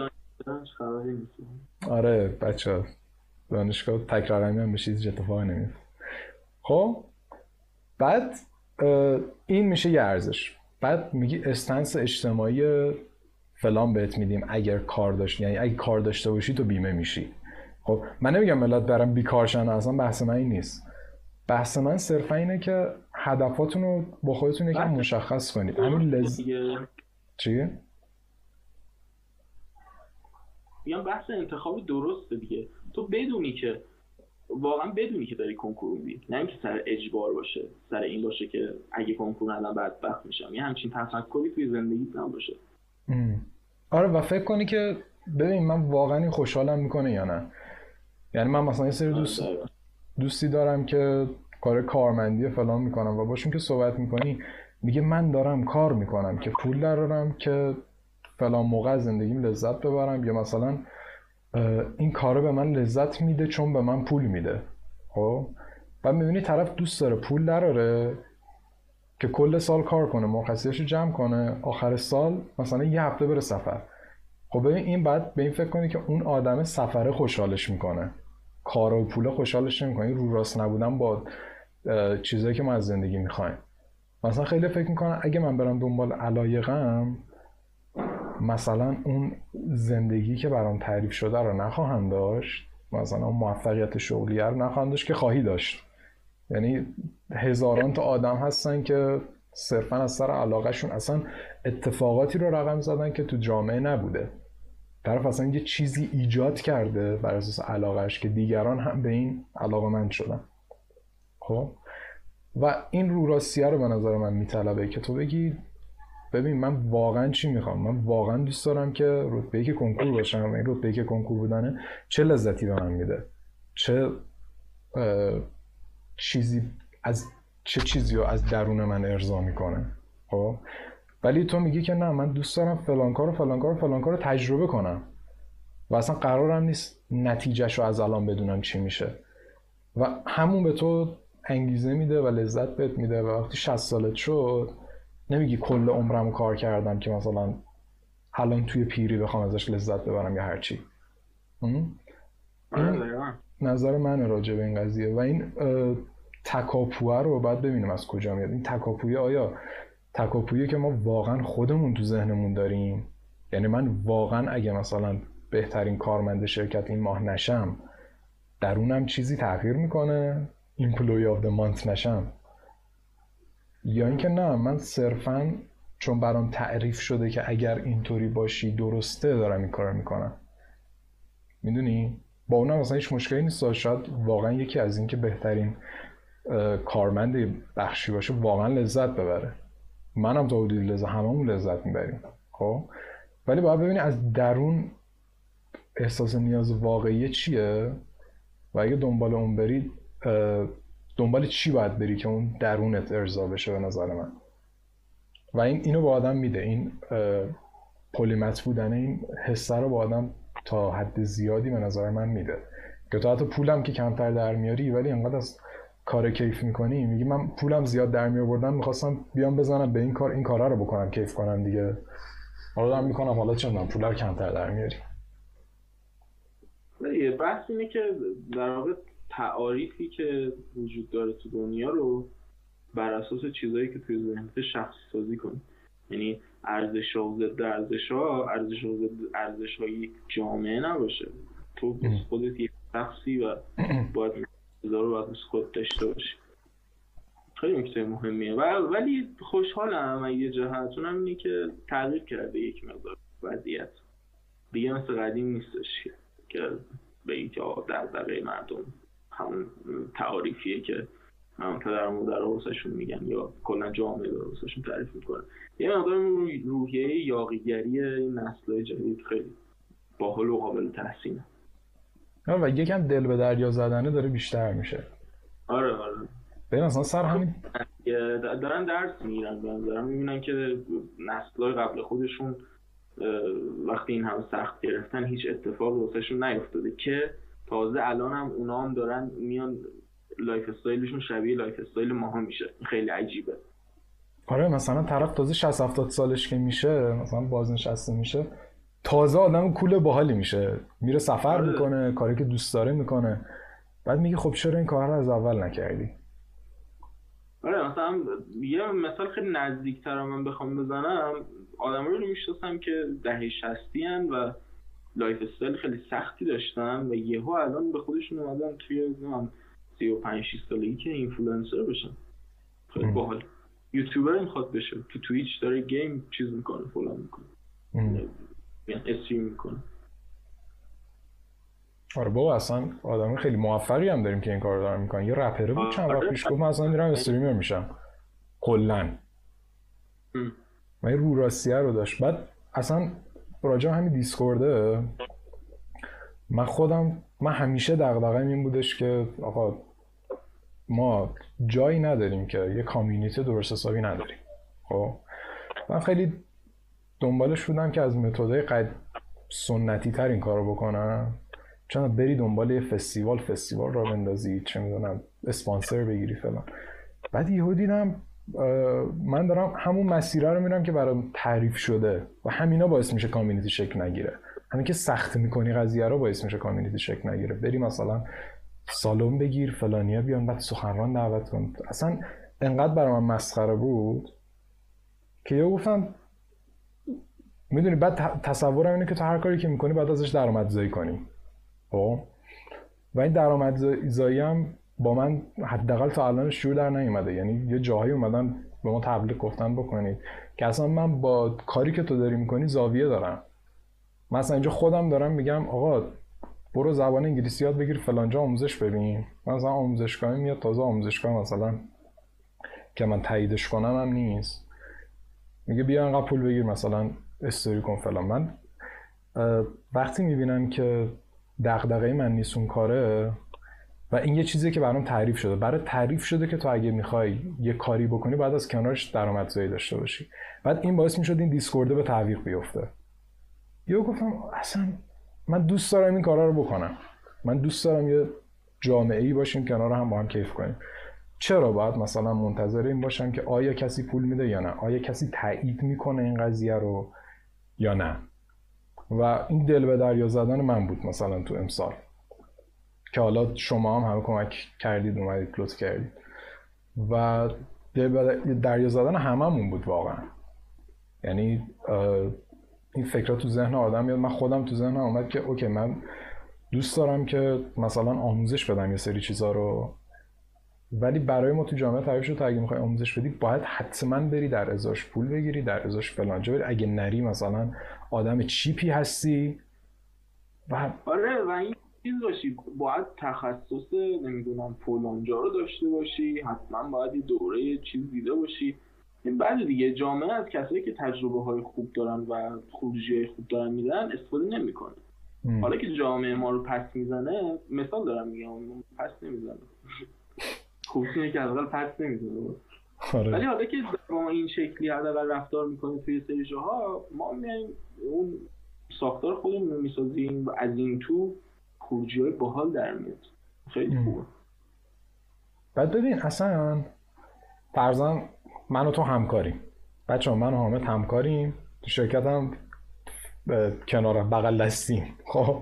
آره بچه دانشگاه تک رقمی هم بشید هیچ اتفاقی نمیفته. خب بعد این میشه یه ارزش. بعد میگی استنس اجتماعی فلان بهت میدیم اگر کار داشت، یعنی اگه کار داشته باشی تو بیمه میشی. خب من نمیگم ملت برام بیکار شن، اصلا بحث من این نیست. بحث من صرفا اینه که هدفاتون رو با خودتون یکم مشخص کنید. همین چیه؟ میگم بحث انتخاب درسته دیگه. تو بدونی که واقعا بدونی که داری کنکور میدی، نه اینکه سر اجبار باشه، سر این باشه که اگه کنکور ندم بدبخت میشم. یه همچین تفکری توی زندگیت نباشه. آره و فکر کنی که ببین من واقعا این خوشحالم میکنه یا نه. یعنی من مثلا یه سری دوستی دارم که کار کارمندی فلان میکنم و باشون که صحبت میکنی میگه من دارم کار میکنم که پول درارم که فلان موقع زندگیم لذت ببرم، یا مثلا این کاره به من لذت میده چون به من پول میده. خب بعد میبینی طرف دوست داره پول دراره که کل سال کار کنه، مرخصیاشو جمع کنه، آخر سال مثلا یه هفته بره سفر. خب ببین این بعد به این فکر کنی که اون آدم سفره خوشحالش میکنه، کار و پول خوشحالش نمیکنه. رو راست نبودن با چیزایی که ما از زندگی میخوایم. مثلا خیلی فکر میکنن اگه من برم دنبال علایقم مثلا اون زندگی که برام تعریف شده رو نخواهم داشت، مثلا اون موفقیت شغلی رو نخواهم داشت که خواهی داشت. یعنی هزاران تا آدم هستن که صرفا از سر علاقهشون اصلا اتفاقاتی رو رقم زدن که تو جامعه نبوده. طرف اصلا یه چیزی ایجاد کرده بر اساس علاقهش که دیگران هم به این علاقه‌مند شدن. خب و این رو راستیه رو به نظر من میطلبه که تو بگی ببین من واقعا چی میخوام، من واقعا دوست دارم که رتبه‌ای که کنکور باشم، این رتبه‌ای که کنکور بودنه چه لذتی به من میده، چه چیزی چه چیزی رو از درون من ارضا میکنه. خب ولی تو میگی که نه من دوست دارم فلان کار و فلان کار و فلان کار رو تجربه کنم و اصلا قرارم نیست نتیجهش رو از الان بدونم چی میشه و همون به تو انگیزه میده و لذت بهت میده و وقتی 60 سالت شد نمیگی کل عمرم کار کردم که مثلا الان توی پیری بخوام ازش لذت ببرم یا هرچی. این نظر من راجع به این قضیه و این تکاپوه رو باید ببینیم از کجا میاد. این تکاپویه آیا تکاپویه که ما واقعا خودمون تو ذهنمون داریم، یعنی من واقعا اگه مثلا بهترین کارمند شرکت این ماه نشم درونم چیزی تغییر میکنه، ایمپلوی آف د مانت نشم، یا اینکه نه من صرفا چون برام تعریف شده که اگر اینطوری باشی درسته دارم این کارو میکنم. میدونی با اونم مثلا هیچ مشکلی نیست، شاید واقعا یکی از این که بهترین کارمند بخشی باشه واقعا لذت ببره، منم تا حدودی لذت، هممون لذت میبریم. خب ولی باید ببینی از درون احساس نیاز واقعی چیه و اگه دنبال اون بری دنبال چی باید بری که اون درونت ارضا بشه به نظر من. و اینو با آدم میده، این پلیمت بودن این حسه رو با آدم تا حد زیادی به نظر من میده که تو حتی پولم که کمتر در میاری ولی انقدر از کار کیف میکنی، میگی من پولم زیاد در میآوردم میخواستم بیام بزنم به این کارا رو بکنم کیف کنم دیگه، حالا دارم میکنم حالا چه میدونم پولا رو کمتر در میاری. یه بحث اینه که در واقع تعاریفی که وجود داره تو دنیا رو بر اساس چیزایی که توی ذهنت شخصی سازی کنی. یعنی ارزش ها و ضد ارزش های یک جامعه نباشه، تو خودت یک شخصی و باید چیزا رو باید خود داشته باشی. خیلی نکته مهمیه ولی خوشحالم از یه جهتون هم اینه که تغییر کرده یک مقدار وضعیت دیگه مثل قدیم نیستش که بگی که دغدغه مردم همون تعاریفیه که پدر و مادر واسهشون میگن یا کلا جامعه واسهشون تعریف میکنه. یه مقدار روحیه یاغیگری این نسل‌های جدید خیلی باحال و قابل تحسینه و یکم دل به دریا زدنه داره بیشتر میشه. آره ببین اصلا سر همین دارن درس میگیرن، دارن میبینن که نسل‌های قبل خودشون وقتی این همه سخت گرفتن هیچ اتفاقی واسهشون نیفتاده که تازه الان هم اونا هم دارن میان لایف استایلشون شبیه لایف استایل ماها میشه. خیلی عجیبه. آره مثلا طرف تازه 60 70 سالش که میشه مثلا بازنشسته میشه تازه آدم کول باحالی میشه، میره سفر میکنه، کاری که دوست داره میکنه، بعد میگه خب چرا این کارا رو از اول نکردی؟ آره مثلا یه مثال خیلی نزدیک‌تر من بخوام بزنم، آدمایی رو میشناسم که دهه 60 ان و لایف استایل خیلی سختی داشتن و یهو الان به خودشون اومدن توی 35 6 سالگی که اینفلوئنسر بشن. خیلی باحال. یوتیوبر میخواد بشه، تو توییچ داره گیم چیز میکنه، فلان میکنه، یعنی استریم میکنه. آره بابا اصلا آدم خیلی موفقی هم داریم که این کارو دارن میکنن. یه رپره بود چند وقت پیش گفت من اصلا میرم استریمر میشم کلا. من این رو راستیه رو داشت. بعد اصلا راجع همین دیسکورده من همیشه دغدغه‌م این بودش که آقا ما جایی نداریم که یه کامیونیتی درست حسابی نداریم. خب من خیلی دنبالش بودم که از متدهای سنتی تر این کارو بکنم، چون بری دنبال یه فستیوال را بندازی، چه میدونم اسپانسر بگیری فلان. بعد یهو دیدم من دارم همون مسیره رو میرم که برام تعریف شده و همینا باعث میشه کامیونیتی شکل نگیره. همین که سخت میکنی قضیه رو باعث میشه کامیونیتی شکل نگیره. بری مثلا سالن بگیر، فلانیا بیان، بعد سخنران دعوت کن. اصلا انقدر برام مسخره بود که یه گفتم میدونی بعد تصورم اینه که تو هر کاری که میکنی باید ازش درآمدزایی کنی. خب و این درآمدزایی هم با من حداقل تا الان شروع در نیومده. یعنی یه جاهایی اومدن به ما تبلیغ گفتن بکنید که اصلا من با کاری که تو داری میکنی زاویه دارم. مثلا اینجا خودم دارم میگم آقا برو زبان انگلیسی یاد بگیر فلانجا آموزش ببین، مثلا آموزشگاهی میاد تازه آموزشگاه مثلا که من تاییدش کنم هم نیست، میگه بیا انقدر پول بگیر مثلا استوری کن فلان. من وقتی میبینم که دغدغه من نیست اون کاره و این یه چیزیه که برام تعریف شده، برای تعریف شده که تو اگه میخوای یه کاری بکنی بعد از کنارش درآمدزایی داشته باشی، بعد این باعث میشد این دیسکورده به تعویق بیفته. یا گفتم اصلا من دوست دارم این کارا رو بکنم، من دوست دارم یه جامعه‌ای باشیم کنار هم با هم کیف کنیم. چرا باید مثلا منتظر این باشم که آیا کسی پول میده یا نه، آیا کسی تایید میکنه این قضیه رو یا نه. و این دل به دریا زدن من بود مثلا تو امسال که حالا شما هم همه کمک کردید اومدید لطف کردید و دل به دریا زدن هممون بود واقعا. یعنی این فکرات تو ذهن آدم میاد. من خودم تو ذهنم اومد که اوکی من دوست دارم که مثلا آموزش بدم یه سری چیزا رو، ولی برای ما تو جامعه تعریف شد تا اگه میخوای آموزش بدی باید حتما بری در ازاش پول بگیری، در ازاش فلانجا بری، اگه نری مثلا آدم چیپی هستی. و آره و این چیز باشی باید تخصص نمیدونم فلانجا رو داشته باشی، حتما باید یه دوره چیز دیده باشی. این بعد دیگه جامعه از کسایی که تجربه های خوب دارن و خروجی های خوب دارن میدن استفاده نمیکنه. حالا که جامعه ما رو پس میزنه، مثال دارم میگم پس نمیزنه خوبی اینه که حداقل پس نمیزنه. ولی حالا که ما این شکلی حداقل رفتار میکنیم توی سری جاها، ما میایم اون ساختار خودمون رو میسازیم و از این تو خروجی‌های باحال در میاد. خیلی خوبه. بعد ببین اصلا فرضاً من و تو همکاریم، بچه‌ها من و حامد همکاریم تو شرکت هم کنار بغل دستیم. خب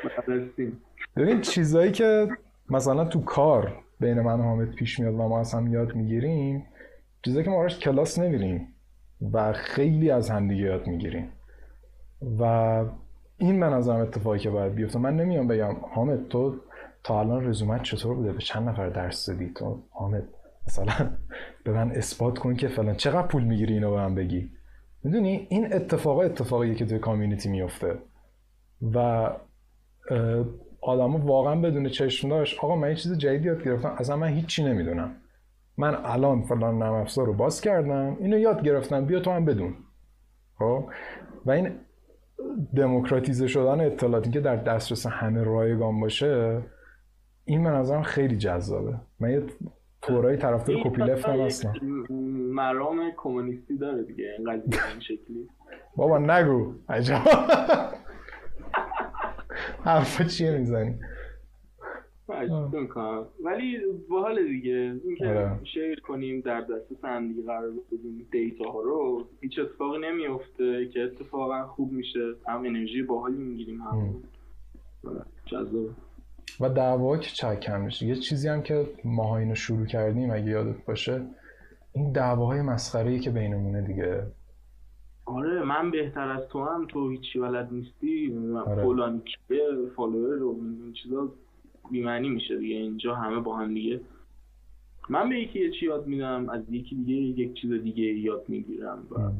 ببین چیزایی که مثلا تو کار بین من و حامد پیش میاد و ما اصلا یاد میگیریم، چیزایی که ما راش کلاس نمیریم و خیلی از همدیگه یاد میگیریم و این به نظرم اتفاقی که باید بیفته. من نمیام بگم حامد تو تا الان رزومت چطور بوده، به چند نفر درس دادی، تو حامد مثلا به من اثبات کن که فلان چقدر پول میگیری اینو به من بگی. میدونی این اتفاقیه که توی کامیونیتی میفته و آدمو واقعا بدون چشم داشت آقا من یه چیز جدید یاد گرفتم، اصلا من هیچی نمیدونم، من الان فلان نرم افزار رو باز کردم اینو یاد گرفتم بیا تو هم بدون. خب و این دموکراتیزه شدن اطلاعاتی که در دسترس همه رایگان باشه، این به نظرم خیلی جذابه. من یه طورایی طرفدار کپی لفت هم هستم. مرام کمونیستی داره دیگه این قضیه این شکلی. بابا نگو عجب حرفا چیه میزنی؟ عجب میکنم ولی باحال دیگه اینکه شیر کنیم در دسترس هم دیگه قرار بدیم دیتا ها رو، هیچ اتفاقی نمیفته که اتفاقا خوب میشه، هم انرژی باحالی میگیریم هم جذاب و دعوا که چقدر کم میشه. یه چیزی هم که ماها اینو شروع کردیم اگه یادت باشه این دعواهای مسخره‌ای که بینمونه دیگه. آره من بهتر از تو هم، تو هیچی بلد نیستی، فلان کیه فالوور رو این چیزا بی‌معنی میشه دیگه. اینجا همه با هم دیگه، من به یکی یه چی یاد میدم از یکی دیگه یک چیز دیگه یاد میگیرم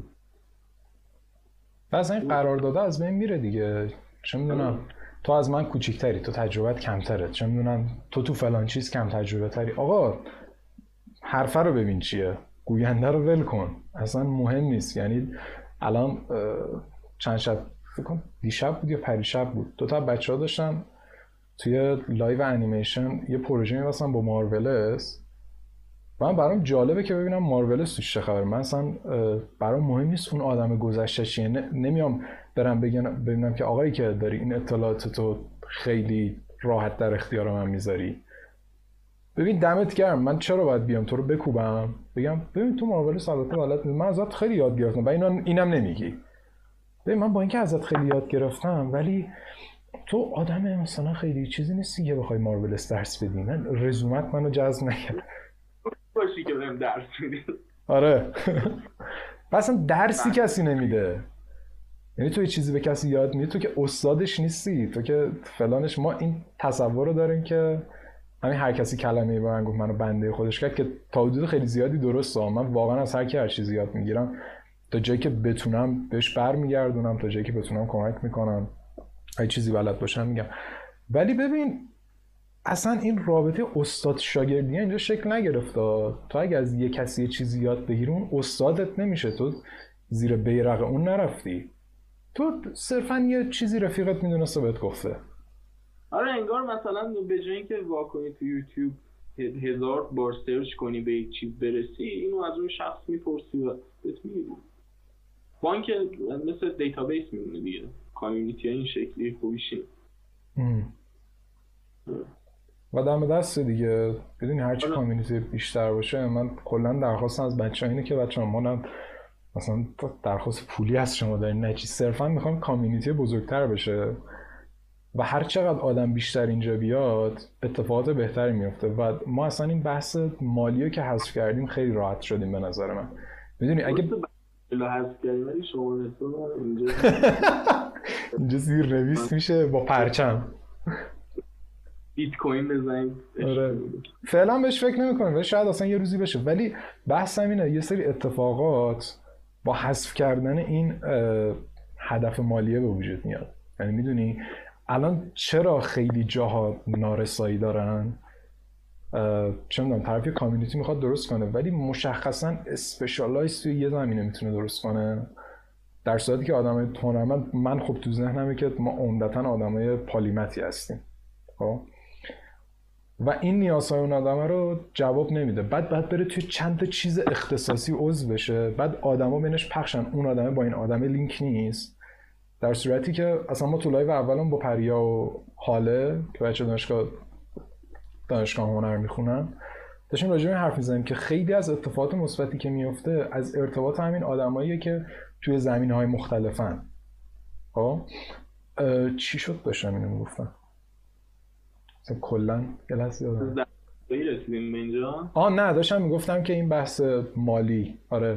و اصلا این قرارداده از بین میره دیگه. چه میدونم تو از من کوچیکتری، تو تجربت کمتره، چه میدونم تو فلان چیز کم تجربه تری. آقا حرفه رو ببین چیه، گوینده رو ول کن، اصلا مهم نیست. یعنی الان چند شب فکر کنم دیشب بود یا پریشب بود دو تا بچه‌ها داشتن توی لایو انیمیشن یه پروژه می‌واسن با مارولس. من برام جالبه که ببینم مارولس توش چه خبره. من اصلا برام مهم نیست اون آدم گذشته چیه، نمیام برم ببینم که آقایی که داری این اطلاعات تو خیلی راحت در اختیار من میذاری. ببین دمت گرم، من چرا باید بیام تو رو بکوبم بگم ببین تو مارولس البته بلد، من ازت خیلی یاد گرفتم و اینم نمیگی. ببین من با اینکه ازت خیلی یاد گرفتم ولی تو آدم مثلا خیلی چیزی نیستی که بخوای مارولس درس بدی. من رزومت منو جذب نکرد باشی که بهم درس میدی. آره اصلا درسی کسی نمیده. یعنی تو یه چیزی به کسی یاد میدی، تو که استادش نیستی، تو که فلانش. ما این تصور رو داریم که همین هر کسی کلمه‌ای به من گفت منو بنده خودش کرد، که تا حدود خیلی زیادی درسته. من واقعا از هر کی هر چیزی یاد میگیرم، تا جایی که بتونم بهش برمیگردونم، تا جایی که بتونم کمک میکنم، هر چیزی بلد باشم میگم. ولی ببین اصلا این رابطه استاد شاگردی اینجا شکل نگرفته. تو اگه از یه کسی یه چیزی یاد بگیری، اون استادت نمیشه، تو زیر بیرق اون نرفتی، تو صرفا یه چیزی رفیقت میدونسته بهت گفته. آره انگار مثلا به جای اینکه واکنی تو یوتیوب 1000 بار سرچ کنی به یک چیز برسی، اینو از اون شخص میپرسی و بهت میگه. بانک مثل دیتابیس میمونه دیگه. کامیونیتی این شکلی خوبیشه. و دم دست دیگه، بدونی هرچی کامیونیتی بیشتر باشه. من کلا درخواستم از بچه‌ها اینه که بچه‌ها ما نه مثلا درخواست پولی از شما داریم، نه چی، صرفا میخوام کامیونیتی بزرگتر بشه و هر چقدر آدم بیشتر اینجا بیاد اتفاقات بهتری میفته. و ما اصلا این بحث مالی رو که حذف کردیم خیلی راحت شدیم به نظر من. میدونی اگه حذف کردیم ولی شما اینجا زیر نویس میشه با پرچم بیت کوین بزنید. آره. فعلا بهش فکر نمی‌کنم ولی شاید اصلا یه روزی بشه. ولی بحثم اینه یه سری اتفاقات با حذف کردن این هدف مالیه به وجود میاد. یعنی میدونی الان چرا خیلی جاها نارسایی دارن؟ چه میدونم طرف یه کامیونیتی میخواد درست کنه ولی مشخصا اسپشیالایز توی یه زمینه میتونه درست کنه، در صورتی که آدمای هنرمند، من خب تو ذهنمه که ما عمدتاً آدمای پالیمتی هستیم خب، و این نیازهای اون آدمه رو جواب نمیده. بعد بره توی چند تا چیز اختصاصی عضو بشه، بعد آدما بینش پخشن، اون آدمه با این آدمه لینک نیست، در صورتی که اصلا ما تو لایو اولم با پریا و حاله که بچه دانشگاه هنر میخونن داشتیم راجع به حرف میزنیم که خیلی از اتفاقات مثبتی که میفته از ارتباط همین آدماییه که توی زمینه‌های مختلفن. خب چی شد داشتم اینو میگفتم مثلا کلا یه لحظه یادم رسیدیم به اینجا. نه داشتم میگفتم که این بحث مالی. آره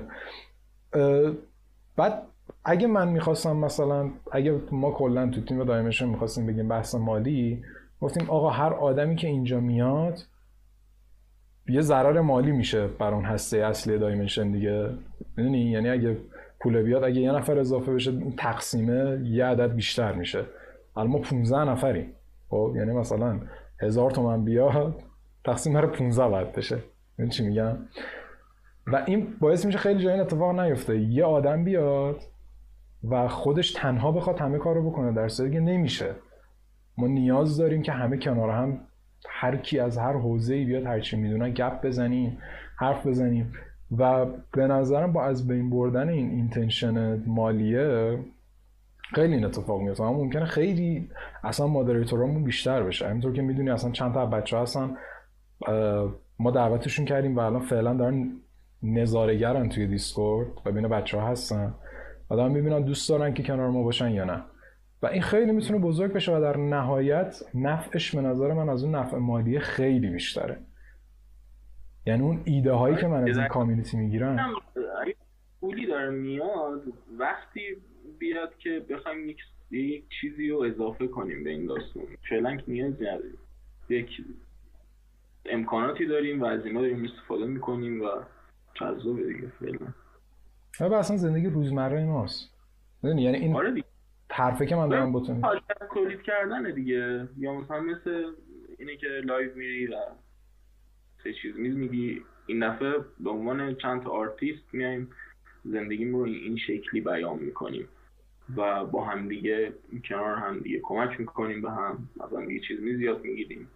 بعد اگه من میخواستم مثلا، اگه ما کلا تو تیم دایمنشن میخواستیم بگیم بحث مالی، گفتیم آقا هر آدمی که اینجا میاد یه ضرر مالی میشه بر اون هسته اصلی دایمنشن دیگه، میدونی؟ یعنی اگه پول بیاد، اگه یه نفر اضافه بشه این تقسیمه یه عدد بیشتر میشه. الان ما 15 نفریم خب، یعنی مثلا 1000 تومان بیاد تقسیم بر 15 باید بشه. این چی میگم؟ و این باعث میشه خیلی جای این اتفاق نیفته، یه آدم بیاد و خودش تنها بخواد همه کارو بکنه، در صورتی که نمیشه. ما نیاز داریم که همه کنار هم، هر کی از هر حوزه‌ای بیاد هر چی میدونه گپ بزنیم، حرف بزنیم. و به نظرم با از بین بردن این اینتنشن مالیه خیلی این اتفاق میفته. اما ممکنه خیلی اصلا مودریتورامون بیشتر بشه. همینطور که میدونی اصلا چند تا بچه‌ها هستن ما دعوتشون کردیم و الان فعلا دارن نظاره‌گرن توی دیسکورد و بین بچه‌ها هستن و دارن میبینن دوست دارن که کنار ما باشن یا نه. و این خیلی میتونه بزرگ بشه و در نهایت نفعش به نظر من از اون نفع مالی خیلی بیشتره. یعنی اون ایده هایی که من از این کامیونیتی میگیرم، اگه پولی داره میاد وقتی بیاد که بخوایم یک چیزی رو اضافه کنیم به این داستان، فعلا که نیازی نداریم، یک امکاناتی داریم و از اینا داریم استفاده میکنیم و جذابه دیگه فعلا. و اصلا زندگی روزمره ماست. یعنی این آره دیگه. حرفه که من دارم با تو تولید کردنه دیگه، یا مثلا مثل اینه که لایو میری و سه چیز میگی، این دفعه به عنوان چند تا آرتیست میایم زندگیمون رو این شکلی بیان میکنیم و با هم دیگه کنار هم دیگه کمک میکنیم به هم، مثلا یه چیز یاد میگیریم.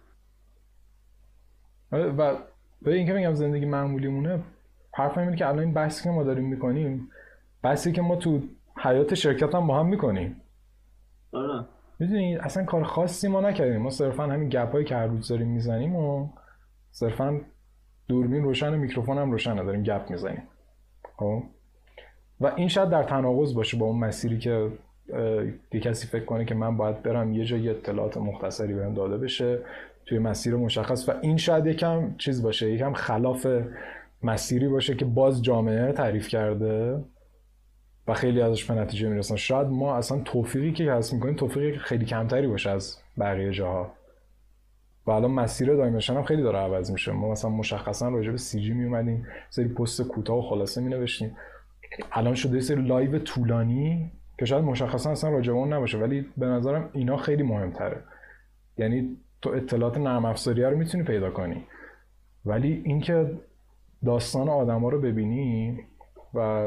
و به این که میگم زندگی معمولیمونه، حرفم اینه که الان این بحثی که ما داریم میکنیم بحثی که ما تو حیات شرکت هم با هم میکنیم. آره میدونی اصلا کار خاصی ما نکردیم، ما صرفا همین گپایی که هر روز داریم میزنیم و صرفا دوربین روشن، میکروفون هم روشنه، داریم گپ میزنیم. خب و این شاید در تناقض باشه با اون مسیری که یه کسی فکر کنه که من باید برم یه جای اطلاعات مختصری بهم داده بشه توی مسیر مشخص، و این شاید یکم چیز باشه، یکم خلاف مسیری باشه که باز جامعه تعریف کرده و خیلی ازش به نتیجه میرسن. شاید ما اصلا توفیقی که کسب میکنیم توفیقی خیلی کمتری باشه از بقیه جاها و الان مسیر دایمنشن هم خیلی داره عوض میشه. ما مثلا مشخصا راجع به سی جی میومدیم سری پست کوتاه و خلاصه مینوشتیم، الان شده یه سری لایو طولانی که شاید مشخصا اصلا راجع به اون نباشه، ولی به نظرم اینا خیلی مهمتره. یعنی تو اطلاعات نرم افزاری رو میتونی پیدا کنی، ولی اینکه داستان آدما رو ببینی و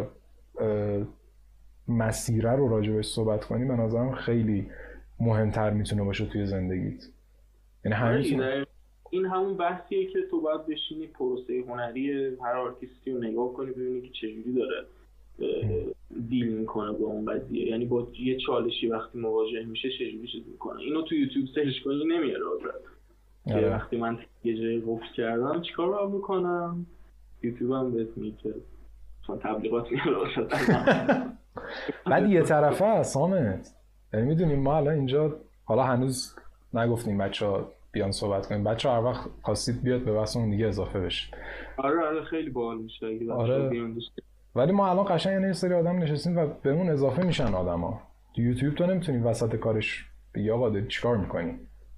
مسیره رو راجع بهش صحبت کنی به نظرم خیلی مهمتر میتونه باشه توی زندگیت. یعنی این همون بحثیه که تو باید بشینی پروسه هنری هر آرتیستی رو نگاه کنی ببینی که چجوری داره دیل میکنه با اون قضیه، یعنی با یه چالشی وقتی مواجه میشه چجوری چیز میکنه. اینو تو یوتیوب سرچ کنی نمیاره که وقتی من یه جایی قفل کردم چیکار باید بکنم، یوتیوب هم بهت میگه تبلیغات میاره. بعد یه طرفه هست حامد، یعنی میدونیم ما الان اینجا حالا هنوز نگفتیم بچه‌ها بیان صحبت کنیم، بچه‌ها هر وقت خواستید بیاد به بحثمون دیگه اضافه بشید. آره خیلی باحال میشه اگه بچه‌ها بیان دوست. ولی ما الان قشنگ یعنی یه سری آدم نشستیم و بهمون اضافه میشن آدما. تو یوتیوب تو نمیتونی وسط کارش بگی آقا داری چیکار میکنی.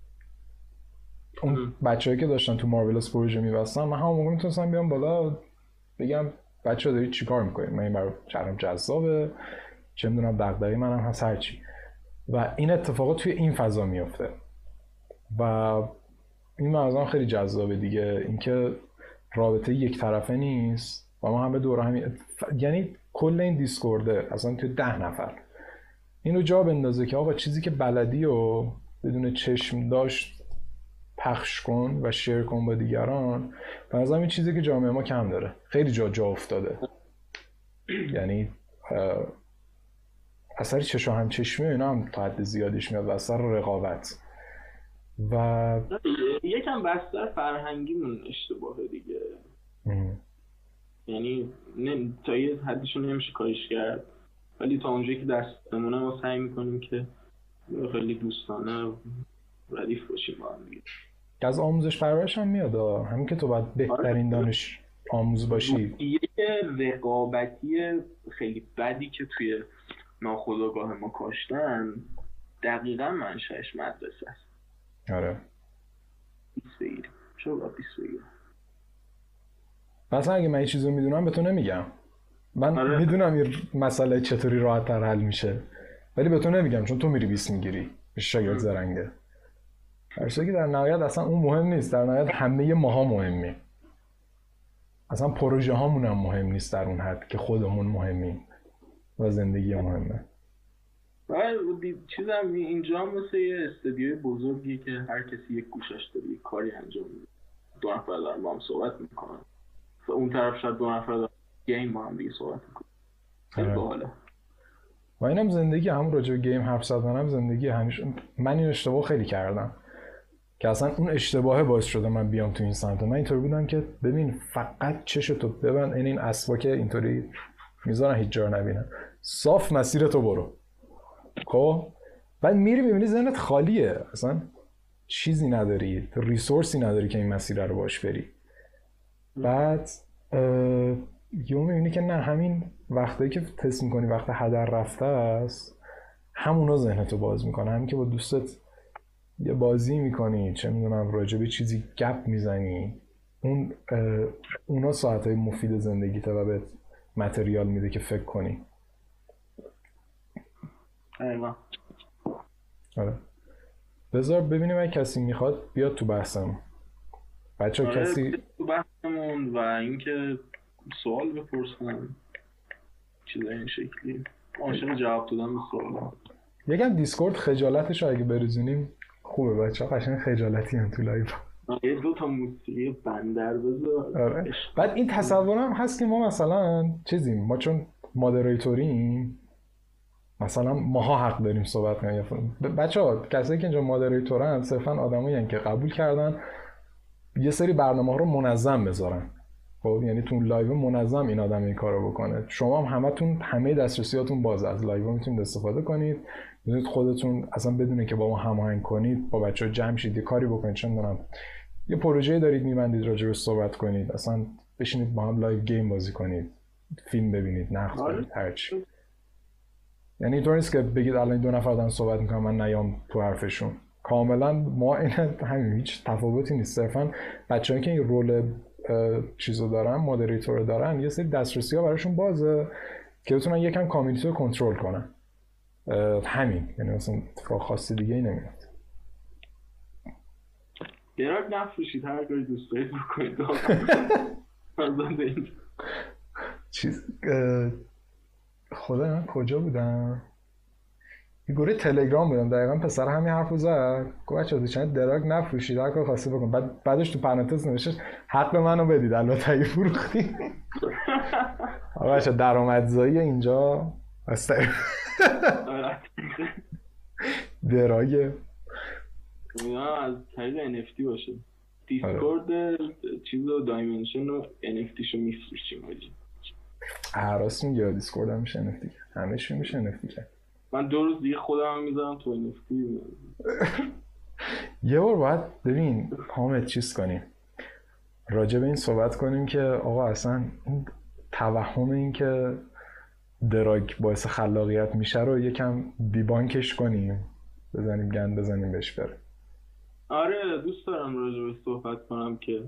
اون بچه‌هایی که داشتن تو مارولس پروژه می‌بستن من همون موقع میتونستم بیام بالا بگم بچه‌ها دارید چیکار میکنید، من این برای چرم جذابه، چه میدونم دغدغه منم هست هرچی. و این اتفاقات توی این فضا میفته و این مثلا خیلی جذابه دیگه، اینکه رابطه یک طرفه نیست و ما همه دور هم یعنی کل این دیسکورده اصلا توی 10 نفر اینو جا بندازه که آقا چیزی که بلدی و بدون چشم داشت پخش کن و شیر کن با دیگران. به نظرم این چیزی که جامعه ما کم داره، خیلی جا افتاده. یعنی اثر چشم هم چشمی اینا هم تا حد زیادیش میاد و اثر رقابت و یکم بستر فرهنگیمون اشتباهه دیگه. یعنی تا یه حدیشون نمیشه کارش کرد، ولی تا اونجایی که دستمونه ما سعی میکنیم که خیلی دوستانه ردیف باشیم با هم دیگه. از آموزش پرورش هم میاد همین که تو باید بهترین دانش آموز باشی. یه رقابتی خیلی بدی که توی ناخودآگاه ما کاشتن دقیقا منشأش مدرسه است. آره 20 بگیریم چرا باید 20 بگیریم؟ مثلا اگه من یه چیزو میدونم به تو نمیگم، من میدونم این مسئله چطوری راحت تر حل میشه ولی به تو نمیگم چون تو میری 20 میگیری شاگرد زرنگه. هرچی که در نهایت اصلا اون مهم نیست، در نهایت همه ماها مهمیم، اصلا پروژه هامون هم مهم نیست در اون حد که خودمون مهمیم و زندگی مهمه. چیزم اینجا هم مثل یه استودیوی بزرگیه که هر کسی یک گوشش داره یک کاری انجام میده، 2 نفر دارن با هم صحبت میکنن و اون طرف شاید 2 نفر دارن گیم با هم دیگه صحبت میکنن. خیلی باحاله. و اینم زندگی، هم راجع به گیم حرف زدنم زندگی. همیشه من این اشتباه خیلی کردم که اصلا اون اشتباهه باعث شده من بیام تو این سمت. من اینطوری بودم که ببین فقط چشتو ببند این اسباک اینطوری میذارن هیچ جا نبینن، صاف مسیر تو برو. خب بعد میری میبینی ذهنت خالیه، اصلا چیزی نداری، ریسورسی نداری که این مسیر رو باش بری. بعد یهو میبینی که نه، همین وقتی که تست میکنی وقت هدر رفته است همونا ذهنتو باز میکنه. همین که با دوستت یه بازی میکنی، چه میدونم راجع به چیزی گپ میزنی، اونا ساعتهای مفید زندگیته و بهت متریال میده که فکر کنی. ایوه. آره بذار ببینیم اگه کسی میخواد بیاد تو بحثم. بچه کسی تو بحثمون و اینکه سوال بپرسن چیزای این شکلی، عاشق جواب دادن به سوالا. یکم دیسکورد خجالتش رو اگه بریزونیم خوبه، بچه ها قشنگ خجالتی هم تو لایو. یه 2 تا موسیقی بندر بذار. آره. بعد این تصورم هست که ما مثلا چیزیم، ما چون مادریتوریم مثلا ماها حق داریم صحبت کنیم. بچه‌ها کسایی که اینجا مادریتورن صرفا آدمایی که قبول کردن یه سری برنامه‌ها رو منظم بذارن. خب یعنی تو لایو منظم این آدم این کارو بکنه. شما هم همتون همه دسترسیاتون بازه، از لایو میتونید استفاده کنید، میتونید خودتون اصلا بدونه که با ما هماهنگ کنید، با بچه‌ها جمع شید یه کاری بکنید، چه می‌دونم یه پروژه‌ای دارید می‌بندید راجع بهش صحبت کنید، اصلا بشینید با هم لایو گیم بازی کنید، فیلم ببینید، نقد کنید، هر چی. یعنی اینطور نیست که بگید الان 2 نفر دارن صحبت میکنن من نیام تو حرفشون. کاملا ما این همین هیچ تفاوتی نیست. صرفا بچه‌ای که این رول چیزو دارن، مودریتور دارن، یه سری دسترسی‌ها براشون بازه که بتونن یکم کامیونیتی رو کنترل کنن. همین، یعنی مثلا اتفاق خاصی دیگه ای نمیاد. دراگ نفروشید، هر کاری دوست دارید بکنید. خدا من کجا بودم؟ یه گروه تلگرام بودم دقیقا پسر همین حرف رو زد، گفت بچه‌ها چند دراگ نفروشید، هر کار خاصی بکن. بعدش تو پرانتز نوشت حق منو بدید البته اگه فروختی. آقا بچه‌ها درآمدزایی اینجا دراگ از طریق NFT باشه. دیسکورد چیزو دایمنشن و NFT شو میفروشیم حاجی. راست میگه، دیسکورد هم میشه NFT، همه چی میشه NFT کرد. من 2 روز دیگه خودم میذارم تو NFT. یه بار باید ببین حامد چیز کنیم راجع به این صحبت کنیم که آقا اصلا این توهم این که دراگ باعث خلاقیت میشه رو یکم دیبانکش کنیم، بزنیم گند بزنیم بهش بره. آره دوست دارم راجع به صحبت کنم که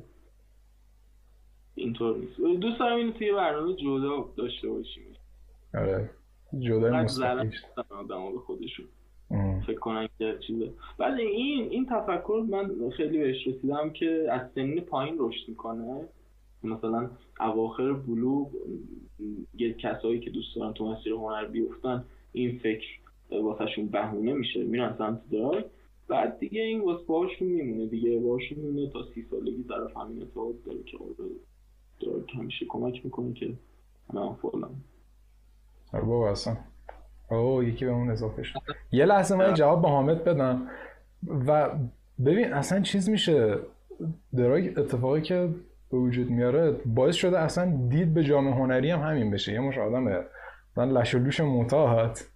اینطور نیست. دوست دارم اینو توی برنامه جدا داشته باشیم. آره جدا مستقیل آدم به خودشون فکر کنن که چیزه. ولی این تفکر من خیلی بهش رسیدم که از سنین پایین رشد میکنه. مثلا اواخر بلوغ یه کسایی که دوست دارن تو مسیر هنر بیفتن این فکر واسهشون بهونه میشه، میرن سمت دراگ، بعد دیگه این واسه باشون میمونه دیگه، باشون میمونه تا 30 سالگی طرف همین اتفاق داره که دراگ همیشه کمک میکنه که من فعلا. آره بابا اصلا یکی به اون اضافه شد. یه لحظه من جواب به حامد بدم و ببین اصلا چیز میشه دراگ اتفاقی که به وجود میاره باعث شده اصلا دید به جامعه هنری هم همین بشه. یه مش آدم لش و لوش متاحت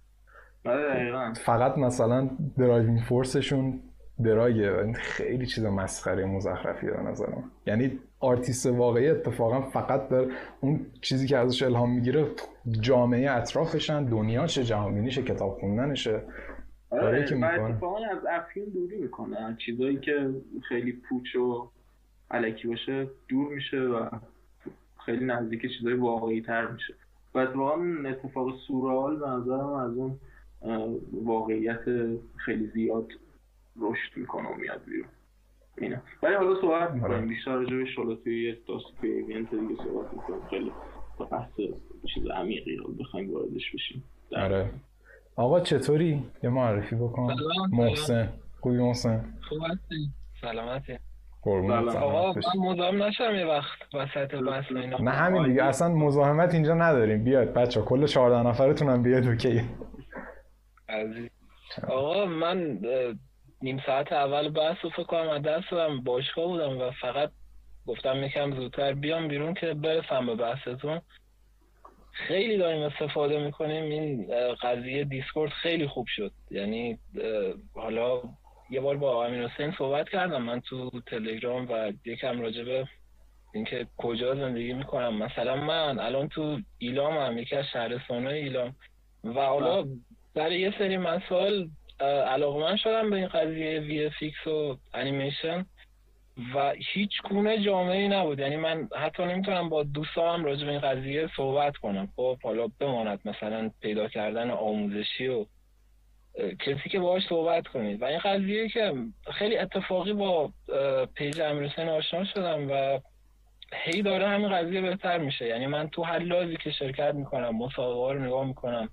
فقط مثلا درایوینگ فورسشون دراگه، خیلی چیز مسخره مزخرفیه به نظر من. یعنی آرتیست واقعی اتفاقا فقط در اون چیزی که ازش الهام میگیره جامعه اطرافشن، دنیاشه، جهانبینیشه، کتاب خوندنشه. آره که اتفاقا از افیون دوری میکنه، چیزایی که خیلی پوچ و الکی باشه دور میشه و خیلی نزدیک چیزای واقعی تر میشه و اتفاقا اتفاق سورئال به نظرم از اون واقعیت خیلی زیاد رشد میکنه و میاد بیرون اینا. ولی حالا صحبت میکنیم بیشتر راجع به شالا توی یه توی ایونت دیگه صحبت میکنیم، خیلی بحث چیز عمیقی رو بخوایم واردش بشیم. آره آقا چطوری؟ یه معرفی بکن. محسن خوبی محسن؟ خوب هستی؟ سلامتی؟ قربونت. آقا من مزاحم نشم یه وقت وسط بحث اینا؟ نه همین دیگه، اصلا مزاحمت اینجا نداریم. بیاد بچه‌ها کل 14 نفرتون هم بیاد اوکی. عزیز آقا من نیم ساعت اول بحث رو فکر کنم از دست دادم، باشگاه بودم و فقط گفتم یکم زودتر بیام بیرون که برسم به بحثتون. خیلی داریم استفاده میکنیم. این قضیه دیسکورد خیلی خوب شد. یعنی حالا یه بار با امین حسین صحبت کردم من تو تلگرام و یکم راجع به اینکه کجا زندگی میکنم. مثلا من الان تو ایلامم، یکی از شهرستان‌های ایلام، و حالا برای یه سری مسائل علاقه‌مند شدم به این قضیه وی اف ایکس و انیمیشن و هیچ گونه جامعه‌ای نبود. یعنی من حتی نمیتونم با دوستام راجع به این قضیه صحبت کنم. خب حالا بماند مثلا پیدا کردن آموزشی و کسی که باهاش صحبت کنید و این قضیه که خیلی اتفاقی با پیج امیرحسین آشنا شدم و هی داره همین قضیه بهتر میشه. یعنی من تو هر لایوی که شرکت میکنم مسابقه رو نگاه میکنم،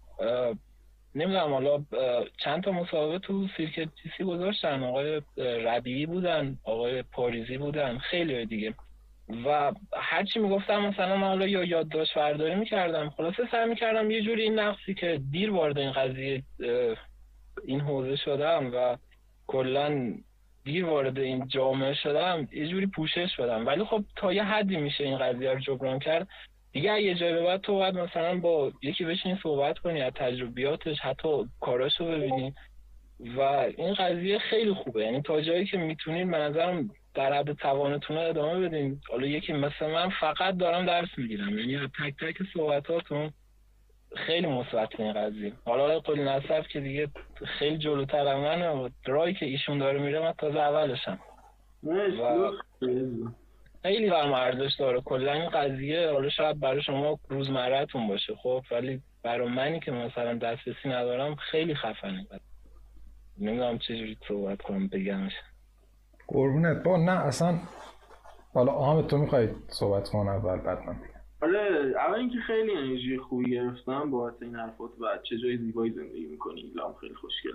نمیدونم حالا چند تا مسابقه تو سیرکت تیسی گذاشتن، آقای ربیعی بودن، آقای پاریزی بودن، خیلی دیگه، و هرچی میگفتم مثلا من حالا یا یادداشت برداری میکردم، خلاصه سعی میکردم یه جوری این نقصی که دیر وارد این قضیه این حوزه شدم و کلا دیر وارد این جامعه شدم یه جوری پوشش بدم. ولی خب تا یه حدی میشه این قضیه رو جبران کرد دیگه. یه جای به بعد تو باید مثلا با یکی بشینی صحبت کنی از تجربیاتش، حتی کاراشو ببینی و این قضیه خیلی خوبه. یعنی تا جایی که میتونین به نظرم در حد توانتون ادامه بدین. حالا یکی مثل من فقط دارم درس میگیرم، یعنی تک تک صحبتاتون خیلی مثبت این قضیه. حالا آقای قلی نصب که دیگه خیلی جلوتر از منه و راهی که ایشون داره میره من تازه اولشم و خیلی برام ارزش داره کلا این قضیه. حالا شاید برای شما روزمره‌تون باشه خب، ولی برای منی که مثلا دسترسی ندارم خیلی خفنه. نمیدونم چجوری صحبت کنم بگمش. قربونت. با نه اصلا حالا حامد تو میخوای صحبت کن اول بعد من بگم. اول اینکه خیلی انرژی خوبی گرفتم بابت این حرفات و چه جای زیبایی زندگی میکنی، ایلام خیلی خوشگل.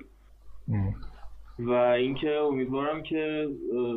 و اینکه امیدوارم که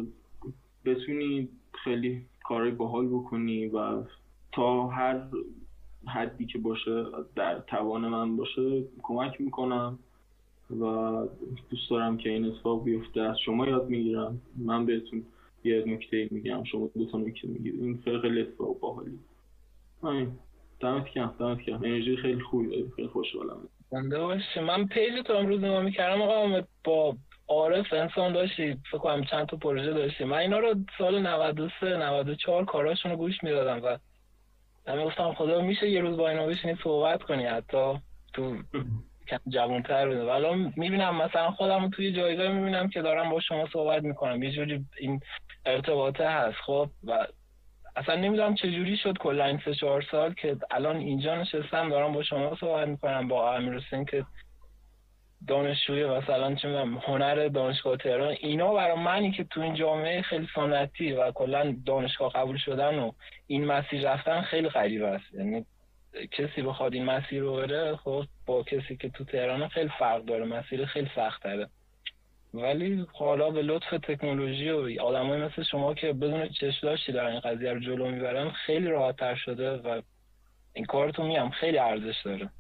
بتونی خیلی کارهای باحال بکنی و تا هر حدی که باشه در توان من باشه کمک میکنم و دوست دارم که این اتفاق بیفته. از شما یاد میگیرم، من بهتون یه نکته میگم، شما 2 تا نکته میگید. این خیلی اتفاق باحالی. همین. دمت گرم انرژی خیلی خوبی داری، خیلی خوشحالم. زنده باشی. من پیج تو امروز نگاه میکردم آقا، با عارف انسان داشتی فکر کنم چند تا پروژه داشتی. من اینا رو سال 93 94 کاراشون رو گوش میدادم و من گفتم خدا میشه یه روز با اینا بشینی صحبت کنی، حتی تو کم جوان‌تر بودم. الان میبینم مثلا خودم رو توی جایگاهی میبینم که دارم با شما صحبت میکنم، یه جوری این ارتباطه هست خب. و اصلا نمیدونم چه جوری شد کلا این 3-4 سال که الان اینجا نشستم دارم با شما صحبت میکنم، با امیرحسین که دانشجوی مثلا چه میدونم هنر دانشگاه تهران. اینا برای منی که تو این جامعه خیلی سنتی و کلا دانشگاه قبول شدن و این مسیر رفتن خیلی غریبه است. یعنی کسی بخواد این مسیر رو بره خب با کسی که تو تهران خیلی فرق داره، مسیر خیلی سخت تره. ولی حالا به لطف تکنولوژی و آدمای مثل شما که بدون چشم داشتی دارن این قضیه رو جلو میبرن خیلی راحت تر شده و این کارتون میگم خیلی ارزش داره.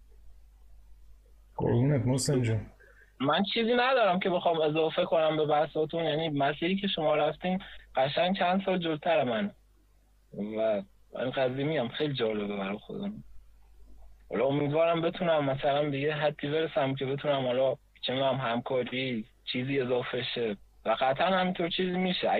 قربونت محسن جون. من چیزی ندارم که بخوام اضافه کنم به بحثاتون، یعنی مسیری که شما رفتین قشنگ چند سال جلوتر من و این قضیه میگم خیلی جالبه برای خودم. حالا امیدوارم بتونم مثلا به یه حدی برسم که بتونم حالا چه میدونم همکاری چیزی اضافه شه و قطعا همینطور چیزی میشه.